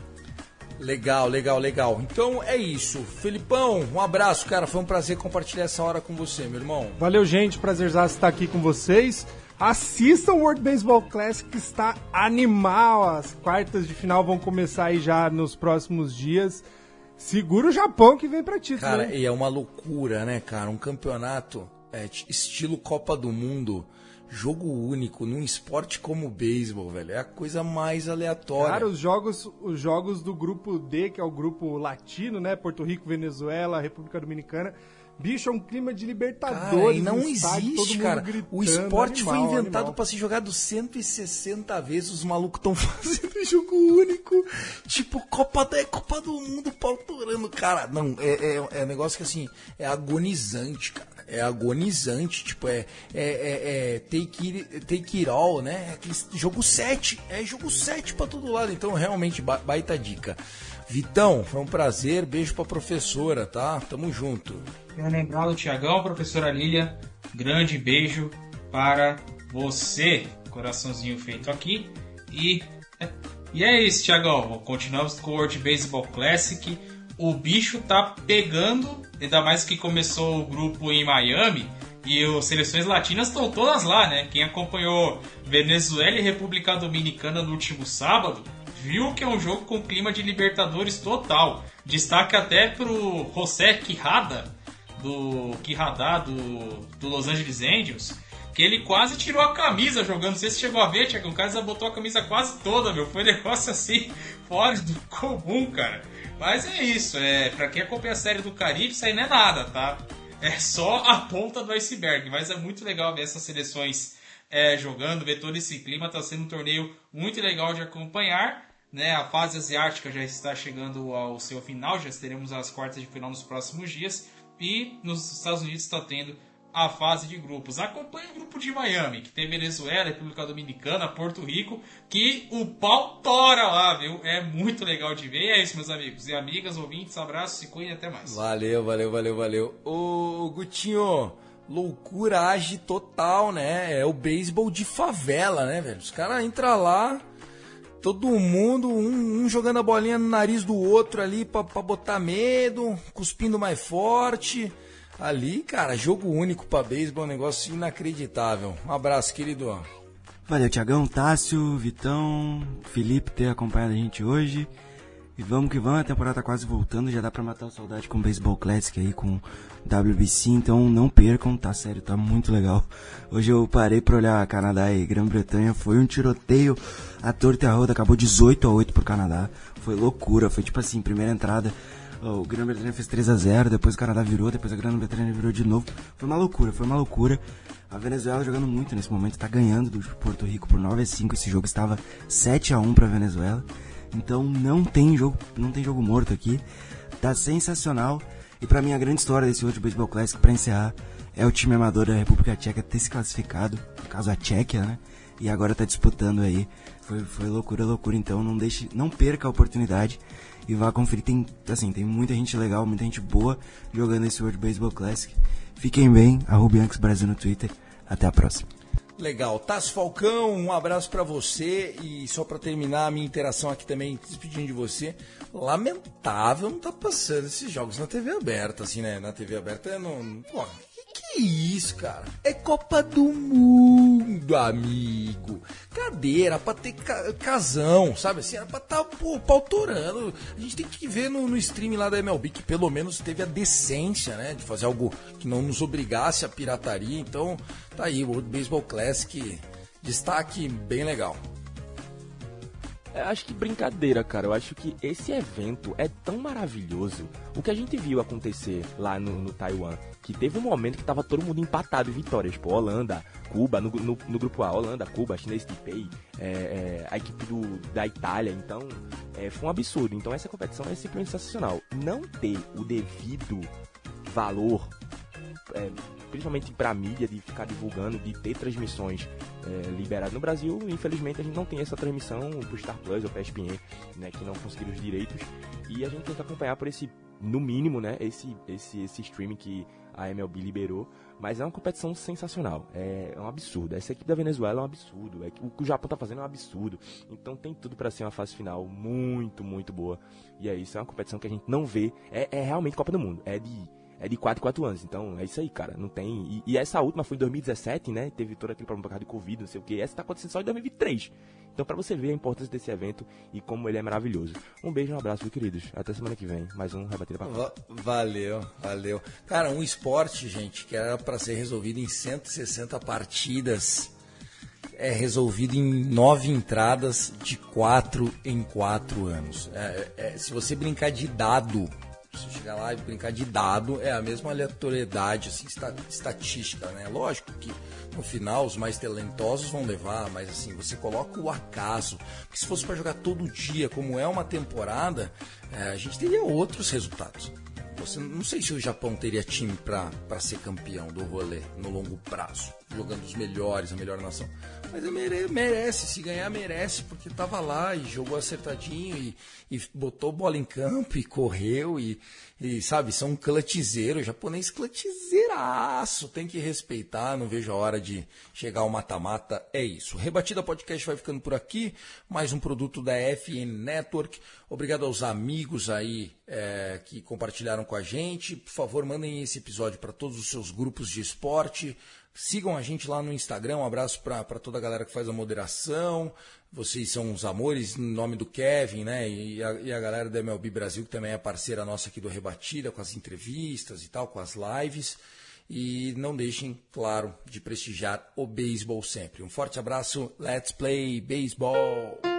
Legal. Então é isso. Felipão, um abraço, cara. Foi um prazer compartilhar essa hora com você, meu irmão. Valeu, gente. Prazerzaço estar aqui com vocês. Assistam o World Baseball Classic, que está animal. As quartas de final vão começar aí já nos próximos dias. Segura o Japão que vem pra título. Cara, né? e é uma loucura, né, cara? Um campeonato estilo Copa do Mundo, jogo único, num esporte como o beisebol, velho. É a coisa mais aleatória. Cara, os jogos do grupo D, que é o grupo latino, né? Porto Rico, Venezuela, República Dominicana. Bicho, é um clima de Libertadores. Cara, não estádio, existe, cara. Gritando, O esporte foi inventado animal. pra ser jogado 160 vezes. Os malucos estão fazendo jogo único. Tipo, Copa do Mundo, pau torando. Cara, não, é um negócio que assim, é agonizante, cara. É agonizante, tipo, take it all, né? Jogo 7, é jogo 7 pra todo lado. Então, realmente, baita dica. Vitão, foi um prazer, beijo pra professora, tá? Tamo junto. Quero lembrar do Tiagão, professora Lília, grande beijo para você. Coraçãozinho feito aqui. E é isso, Tiagão. Continuamos com o World Baseball Classic. O bicho tá pegando, ainda mais que começou o grupo em Miami. E as seleções latinas estão todas lá, né? Quem acompanhou Venezuela e República Dominicana no último sábado viu que é um jogo com clima de Libertadores total. Destaque até pro José Quijada, do Los Angeles Angels, que ele quase tirou a camisa jogando. Não sei se chegou a ver, Tiago, o cara já botou a camisa quase toda, meu. Foi um negócio assim, fora do comum, cara. Mas é isso, pra quem acompanha a série do Caribe, isso aí não é nada, tá? É só a ponta do iceberg, mas é muito legal ver essas seleções jogando, ver todo esse clima. Tá sendo um torneio muito legal de acompanhar, né? A fase asiática já está chegando ao seu final, já teremos as quartas de final nos próximos dias. E nos Estados Unidos está tendo a fase de grupos. Acompanhe o grupo de Miami, que tem Venezuela, República Dominicana, Porto Rico, que o pau tora lá, viu? É muito legal de ver. E é isso, meus amigos e amigas, ouvintes, abraços, se cuidem e até mais. Valeu. Ô, Gutinho, loucura age total, né? É o beisebol de favela, né, velho? Os caras entram lá, todo mundo, um jogando a bolinha no nariz do outro ali pra botar medo, cuspindo mais forte. Ali, cara, jogo único pra beisebol é um negócio inacreditável. Um abraço, querido. Valeu, Tiagão, Tássio, Vitão, Felipe ter acompanhado a gente hoje. E vamos que vamos, a temporada tá quase voltando, já dá pra matar a saudade com o Baseball Classic aí, com WBC, então não percam, tá sério, tá muito legal. Hoje eu parei pra olhar Canadá e Grã-Bretanha, foi um tiroteio à torta e à roda, acabou 18-8 pro Canadá, foi loucura, foi tipo assim, primeira entrada, o Grã-Bretanha fez 3-0, depois o Canadá virou, depois a Grã-Bretanha virou de novo, foi uma loucura. A Venezuela jogando muito nesse momento, tá ganhando do Porto Rico por 9-5, esse jogo estava 7-1 pra Venezuela. Então não tem jogo morto aqui, tá sensacional. E pra mim a grande história desse World Baseball Classic, pra encerrar, é o time amador da República Tcheca ter se classificado, no caso a Tchequia, né? E agora tá disputando aí. Foi loucura, então não perca a oportunidade e vá conferir. Tem muita gente legal, muita gente boa jogando esse World Baseball Classic. Fiquem bem, @Yankees Brasil no Twitter. Até a próxima. Legal. Tássio Falcão, um abraço pra você. E só pra terminar a minha interação aqui também, despedindo de você. Lamentável não tá passando esses jogos na TV aberta, assim, né? Na TV aberta não... Pô, que é isso, cara? É Copa do Mundo, amigo. Cadê? Era pra ter casão, sabe assim? Era pra estar pautorando. A gente tem que ver no stream lá da MLB que pelo menos teve a decência, né? De fazer algo que não nos obrigasse à pirataria. Então, tá aí, o World Baseball Classic, destaque bem legal. Eu acho que brincadeira, cara. Eu acho que esse evento é tão maravilhoso. O que a gente viu acontecer lá no Taiwan, que teve um momento que tava todo mundo empatado em vitórias. Pô, Holanda, Cuba, no grupo A, Holanda, Cuba, Chinês Taipei, a equipe da Itália. Então, foi um absurdo. Então, essa competição é simplesmente sensacional. Não ter o devido valor principalmente para a mídia, de ficar divulgando, de ter transmissões liberadas. No Brasil, infelizmente, a gente não tem essa transmissão pro Star Plus ou pra ESPN, né, que não conseguiram os direitos, e a gente tenta acompanhar por esse, no mínimo, né, esse streaming que a MLB liberou, mas é uma competição sensacional, é um absurdo. Essa equipe da Venezuela é um absurdo, o que o Japão tá fazendo é um absurdo, então tem tudo para ser uma fase final muito, muito boa, e é isso, é uma competição que a gente não vê, é realmente Copa do Mundo, é de 4 em 4 anos, então é isso aí, cara, não tem, e essa última foi em 2017, né, teve todo aquele problema por causa de Covid, não sei o que, essa tá acontecendo só em 2023, então pra você ver a importância desse evento e como ele é maravilhoso. Um beijo e um abraço, meus queridos, até semana que vem, mais um Rebatida pra cá. Valeu. Cara, um esporte, gente, que era pra ser resolvido em 160 partidas, é resolvido em 9 entradas de 4 em 4 anos. Se você brincar de dado, se você chegar lá e brincar de dado, é a mesma aleatoriedade, assim, estatística, né? Lógico que no final os mais talentosos vão levar, mas assim, você coloca o acaso. Porque se fosse para jogar todo dia, como é uma temporada, a gente teria outros resultados. Não sei se o Japão teria time para ser campeão do rolê no longo prazo, jogando os melhores, a melhor nação. Mas merece, se ganhar merece, porque tava lá e jogou acertadinho e botou bola em campo e correu e sabe, são clutchzeiros, japonês clutchzeiraço, tem que respeitar, não vejo a hora de chegar ao mata-mata, é isso. Rebatida Podcast vai ficando por aqui, mais um produto da FN Network, obrigado aos amigos aí que compartilharam com a gente, por favor mandem esse episódio para todos os seus grupos de esporte, sigam a gente lá no Instagram, um abraço para toda a galera que faz a moderação, vocês são os amores, em nome do Kevin, né, e a galera da MLB Brasil, que também é parceira nossa aqui do Rebatida, com as entrevistas e tal, com as lives, e não deixem, claro, de prestigiar o beisebol sempre. Um forte abraço, let's play baseball!